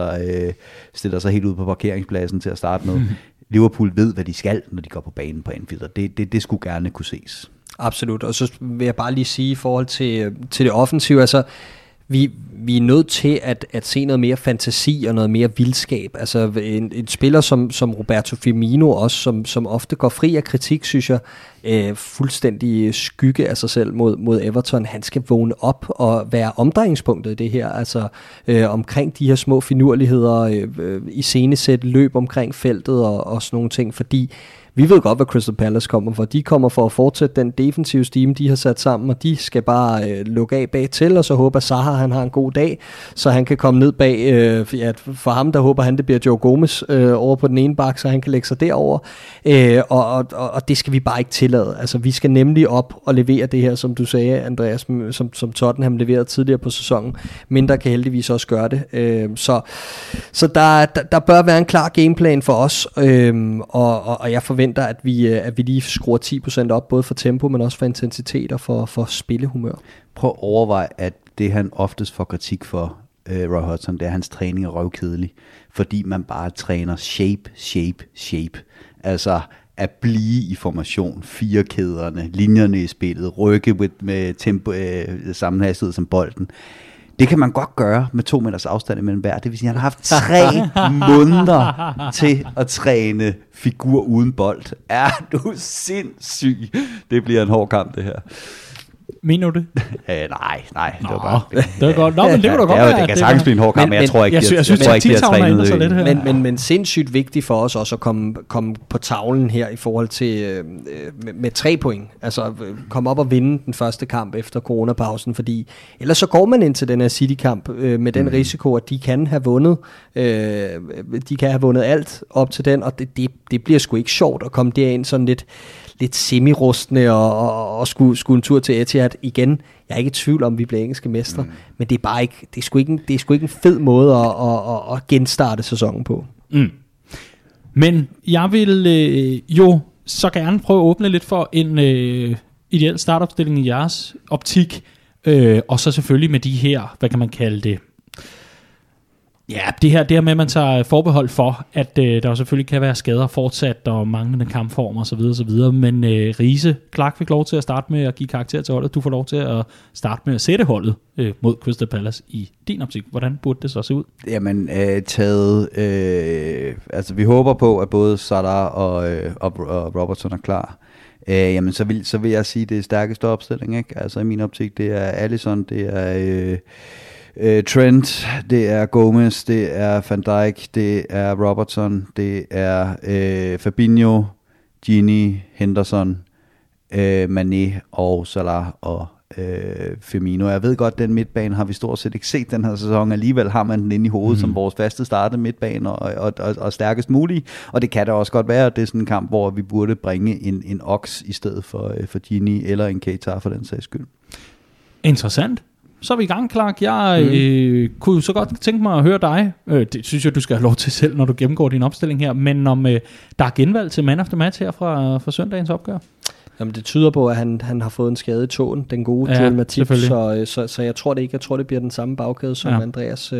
S3: stiller sig helt ud på parkeringspladsen til at starte med. Liverpool ved, hvad de skal, når de går på banen på Anfield, og det skulle gerne kunne ses.
S2: Absolut, og så vil jeg bare lige sige i forhold til det offensive, altså vi er nødt til at se noget mere fantasi og noget mere vildskab. Altså en spiller som Roberto Firmino også, som ofte går fri af kritik, synes jeg, fuldstændig skygge af sig selv mod Everton. Han skal vågne op og være omdrejningspunktet i det her, altså omkring de her små finurligheder, iscenesæt løb omkring feltet og sådan nogle ting, fordi vi ved godt, hvad Crystal Palace kommer for. De kommer for at fortsætte den defensive stime, de har sat sammen, og de skal bare lukke af bag til, og så håber Zaha, han har en god dag, så han kan komme ned bag. For ham, der håber han, det bliver Joe Gomez over på den ene bak, så han kan lægge sig derover. Og det skal vi bare ikke tillade. Altså, vi skal nemlig op og levere det her, som du sagde, Andreas, som Tottenham leverede tidligere på sæsonen. Mindre kan heldigvis også gøre det. Så der bør være en klar gameplan for os, og jeg forventer, at vi lige skruer 10% op, både for tempo, men også for intensitet og for spillehumør. Prøv
S3: at overveje, at det han oftest får kritik for, Roy Hodgson, det er, hans træning er røvkedelig, fordi man bare træner shape. Altså at blive i formation, 4-kæderne, linjerne i spillet, rykke med tempo, samme hastighed som bolden. Det kan man godt gøre med 2 meters afstand imellem hver. Det vil sige, at han har haft 3 måneder til at træne figur uden bold. Er du sindssyg? Det bliver en hård kamp, det her.
S1: Mener du det?
S3: Nej. Det var bare...
S1: Det var godt. Nå, men det kunne da godt være.
S3: Det kan sagtens blive en hård kamp, men jeg tror ikke,
S1: jeg synes, at
S2: trænet. Men sindssygt vigtigt for os også at komme på tavlen her i forhold til med 3 point. Altså komme op og vinde den første kamp efter coronapausen, fordi ellers så går man ind til den her City-kamp med den risiko, at de kan have vundet. De kan have vundet alt op til den, og det bliver sgu ikke sjovt at komme derind sådan lidt semi-rustne og skulle en tur til Etihad igen. Jeg er ikke i tvivl om, vi bliver engelske mestre, men det er bare ikke, det er sgu ikke en fed måde at genstarte sæsonen på.
S1: Men jeg vil jo så gerne prøve at åbne lidt for en ideel startopstilling i jeres optik, og så selvfølgelig med de her, hvad kan man kalde det? Ja, det her med, at man tager forbehold for, at der jo selvfølgelig kan være skader fortsat, og manglende kampformer osv., men Riise, Clark fik lov til at starte med at give karakter til holdet. Du får lov til at starte med at sætte holdet mod Crystal Palace i din optik. Hvordan burde det så se ud?
S3: Jamen, altså vi håber på, at både Salah og Robertson er klar. Jamen, så vil jeg sige, det er stærkeste opstilling, ikke? Altså i min optik, det er Alisson, det er... Trent, det er Gomez, det er Van Dijk, det er Robertson, det er Fabinho, Gini, Henderson, Mané og Salah og Firmino. Jeg ved godt, den midtbane har vi stort set ikke set den her sæson. Alligevel har man den inde i hovedet som vores faste starte midtbane og stærkest mulige. Og det kan da også godt være, at det er sådan en kamp, hvor vi burde bringe en Ox i stedet for Gini eller en Keita for den sags skyld.
S1: Interessant. Så er vi i gang, Clark. Jeg kunne så godt tænke mig at høre dig. Det synes jeg, du skal have lov til selv, når du gennemgår din opstilling her. Men om der er genvalg til man of the match her fra søndagens opgør?
S2: Jamen, det tyder på, at han har fået en skade i tåen, den gode Joel Matip. Så jeg tror det ikke. Jeg tror, det bliver den samme bagkæde, som Andreas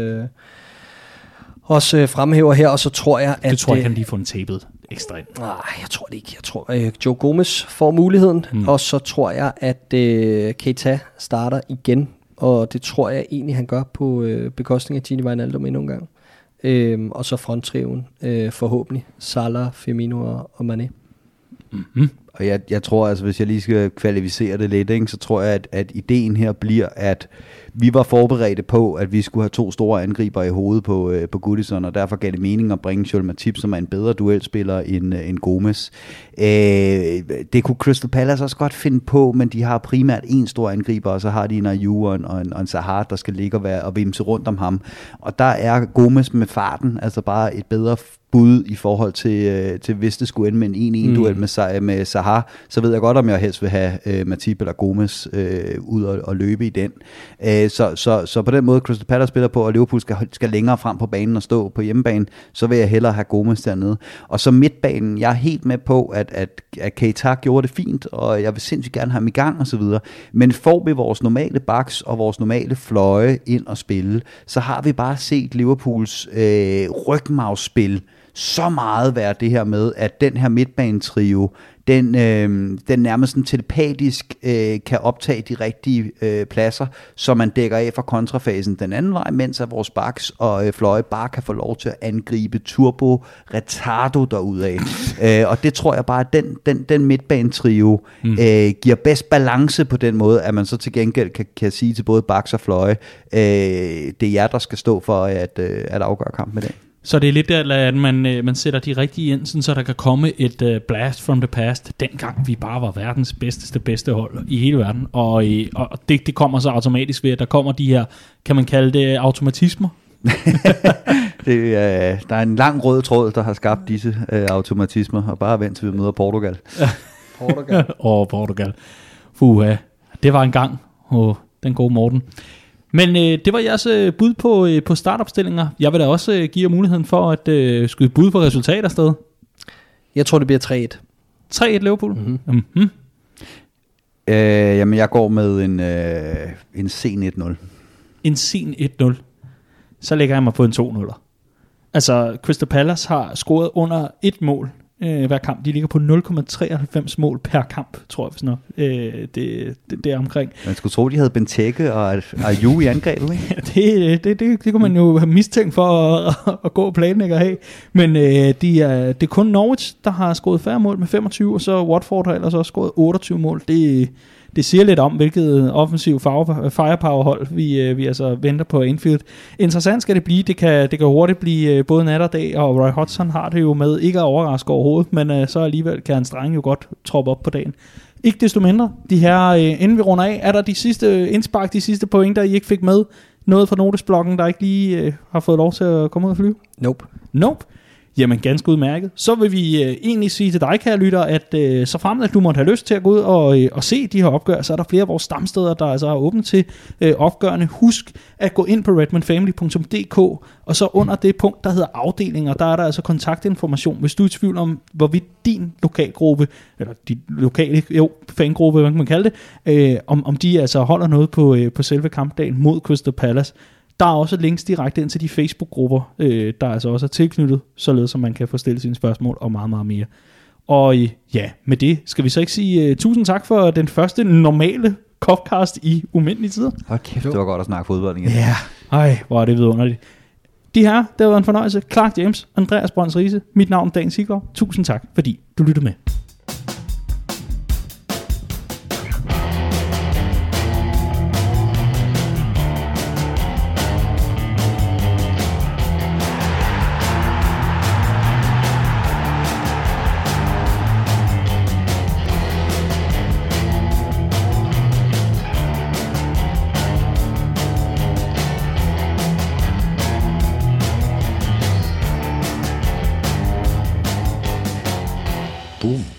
S2: også fremhæver her. Og så tror jeg, at...
S1: Du tror ikke, han lige får en tabet ekstra ind?
S2: Nej, jeg tror det ikke. Jeg tror, Joe Gomez får muligheden. Og så tror jeg, at Keita starter igen. Og det tror jeg egentlig, han gør på bekostning af Gini Wijnaldum endnu en gang. Og så fronttriven forhåbentlig. Salah, Firmino og Mané.
S3: Mm-hmm. Og jeg tror, altså hvis jeg lige skal kvalificere det lidt, ikke, så tror jeg, at ideen her bliver, at vi var forberedte på, at vi skulle have 2 store angriber i hovedet på Goodison, og derfor gav det mening at bringe Joel Matip, som er en bedre duelspiller end Gomez. Det kunne Crystal Palace også godt finde på, men de har primært en stor angriber, og så har de en Ayew og en Zaha, der skal ligge og vimse rundt om ham. Og der er Gomez med farten, altså bare et bedre bud i forhold til hvis det skulle ende med en 1-1 duel med Zaha, så ved jeg godt, om jeg helst vil have Matip eller Gomez ud og løbe i den. Så på den måde Crystal Palace spiller på, og Liverpool skal længere frem på banen og stå på hjemmebane, så vil jeg hellere have Gomez dernede. Og så midtbanen, jeg er helt med på, at Keita gjorde det fint, og jeg vil sindssygt gerne have ham i gang og så videre. Men får vi vores normale backs og vores normale fløje ind og spille, så har vi bare set Liverpools rygmarvsspil så meget være det her med, at den her midtbanetrio, den nærmest sådan telepatisk kan optage de rigtige pladser, så man dækker af fra kontrafasen den anden vej, mens at vores backs og fløje bare kan få lov til at angribe turbo retardo derudaf. Og det tror jeg bare, at den midtbanetrio giver bedst balance på den måde, at man så til gengæld kan sige til både backs og fløje, det er jer, der skal stå for at afgøre kampen med det.
S1: Så det er lidt der, at man sætter de rigtige ind, sådan, så der kan komme et blast from the past, dengang vi bare var verdens bedste hold i hele verden. Og det kommer så automatisk ved, at der kommer de her, kan man kalde det automatismer?
S3: Der er en lang rød tråd, der har skabt disse automatismer, og bare vent til vi møder Portugal.
S1: Portugal. Det var en gang, den gode Morten. Men det var jeres bud på startopstillinger. Jeg vil da også give jer muligheden for at skyde bud på resultater sted.
S2: Jeg tror, det bliver 3-1.
S1: 3-1 Liverpool? Mm-hmm.
S3: Jamen, jeg går med en sen 1-0.
S1: En sen 1-0. Så lægger jeg mig på en 2-0. Altså, Crystal Palace har scoret under 1 mål hver kamp. De ligger på 0,93 mål per kamp, tror jeg vist nok. Det er omkring.
S3: Man skulle tro, de havde Benteke og Ayew i angrebet, ikke?
S1: Det kunne man jo have mistænkt for at gå og planlægge og have. Men det er kun Norwich, der har scoret færre mål med 25, og så Watford har ellers også scoret 28 mål. Det siger lidt om, hvilket offensiv firepower-hold vi altså venter på Anfield. Interessant skal det blive. Det kan hurtigt blive både nat og dag, og Roy Hodgson har det jo med ikke at overraske overhovedet, men så alligevel kan hans drenge jo godt troppe op på dagen. Ikke desto mindre, de her, inden vi runder af, er der de sidste indspark, de sidste pointer, I ikke fik med? Noget fra notesblokken, der ikke lige har fået lov til at komme ud og flyve? Nope. Jamen ganske udmærket. Så vil vi egentlig sige til dig, kære lytter, at så frem at du måtte have lyst til at gå ud og se de her opgør, så er der flere af vores stamsteder, der altså er åbent til opgørende. Husk at gå ind på redmondfamily.dk, og så under det punkt, der hedder afdelinger, der er der altså kontaktinformation. Hvis du er i tvivl om, hvorvidt din lokalgruppe, eller din lokale fangruppe, hvad kan man kalde det, om de altså holder noget på selve kampdagen mod Crystal Palace. Der er også links direkte ind til de Facebook-grupper, der altså også er tilknyttet, således som man kan få stillet sine spørgsmål og meget, meget mere. Og ja, med det skal vi så ikke sige tusind tak for den første normale Copcast i umindelige tider.
S3: Hold kæft, det var godt at snakke fodbold igen.
S1: Ja, hvor er det vidunderligt. De her, det har været en fornøjelse. Clark James, Andreas Brøns Riise, mit navn Dan Siggaard. Tusind tak, fordi du lyttede med.
S4: Boom.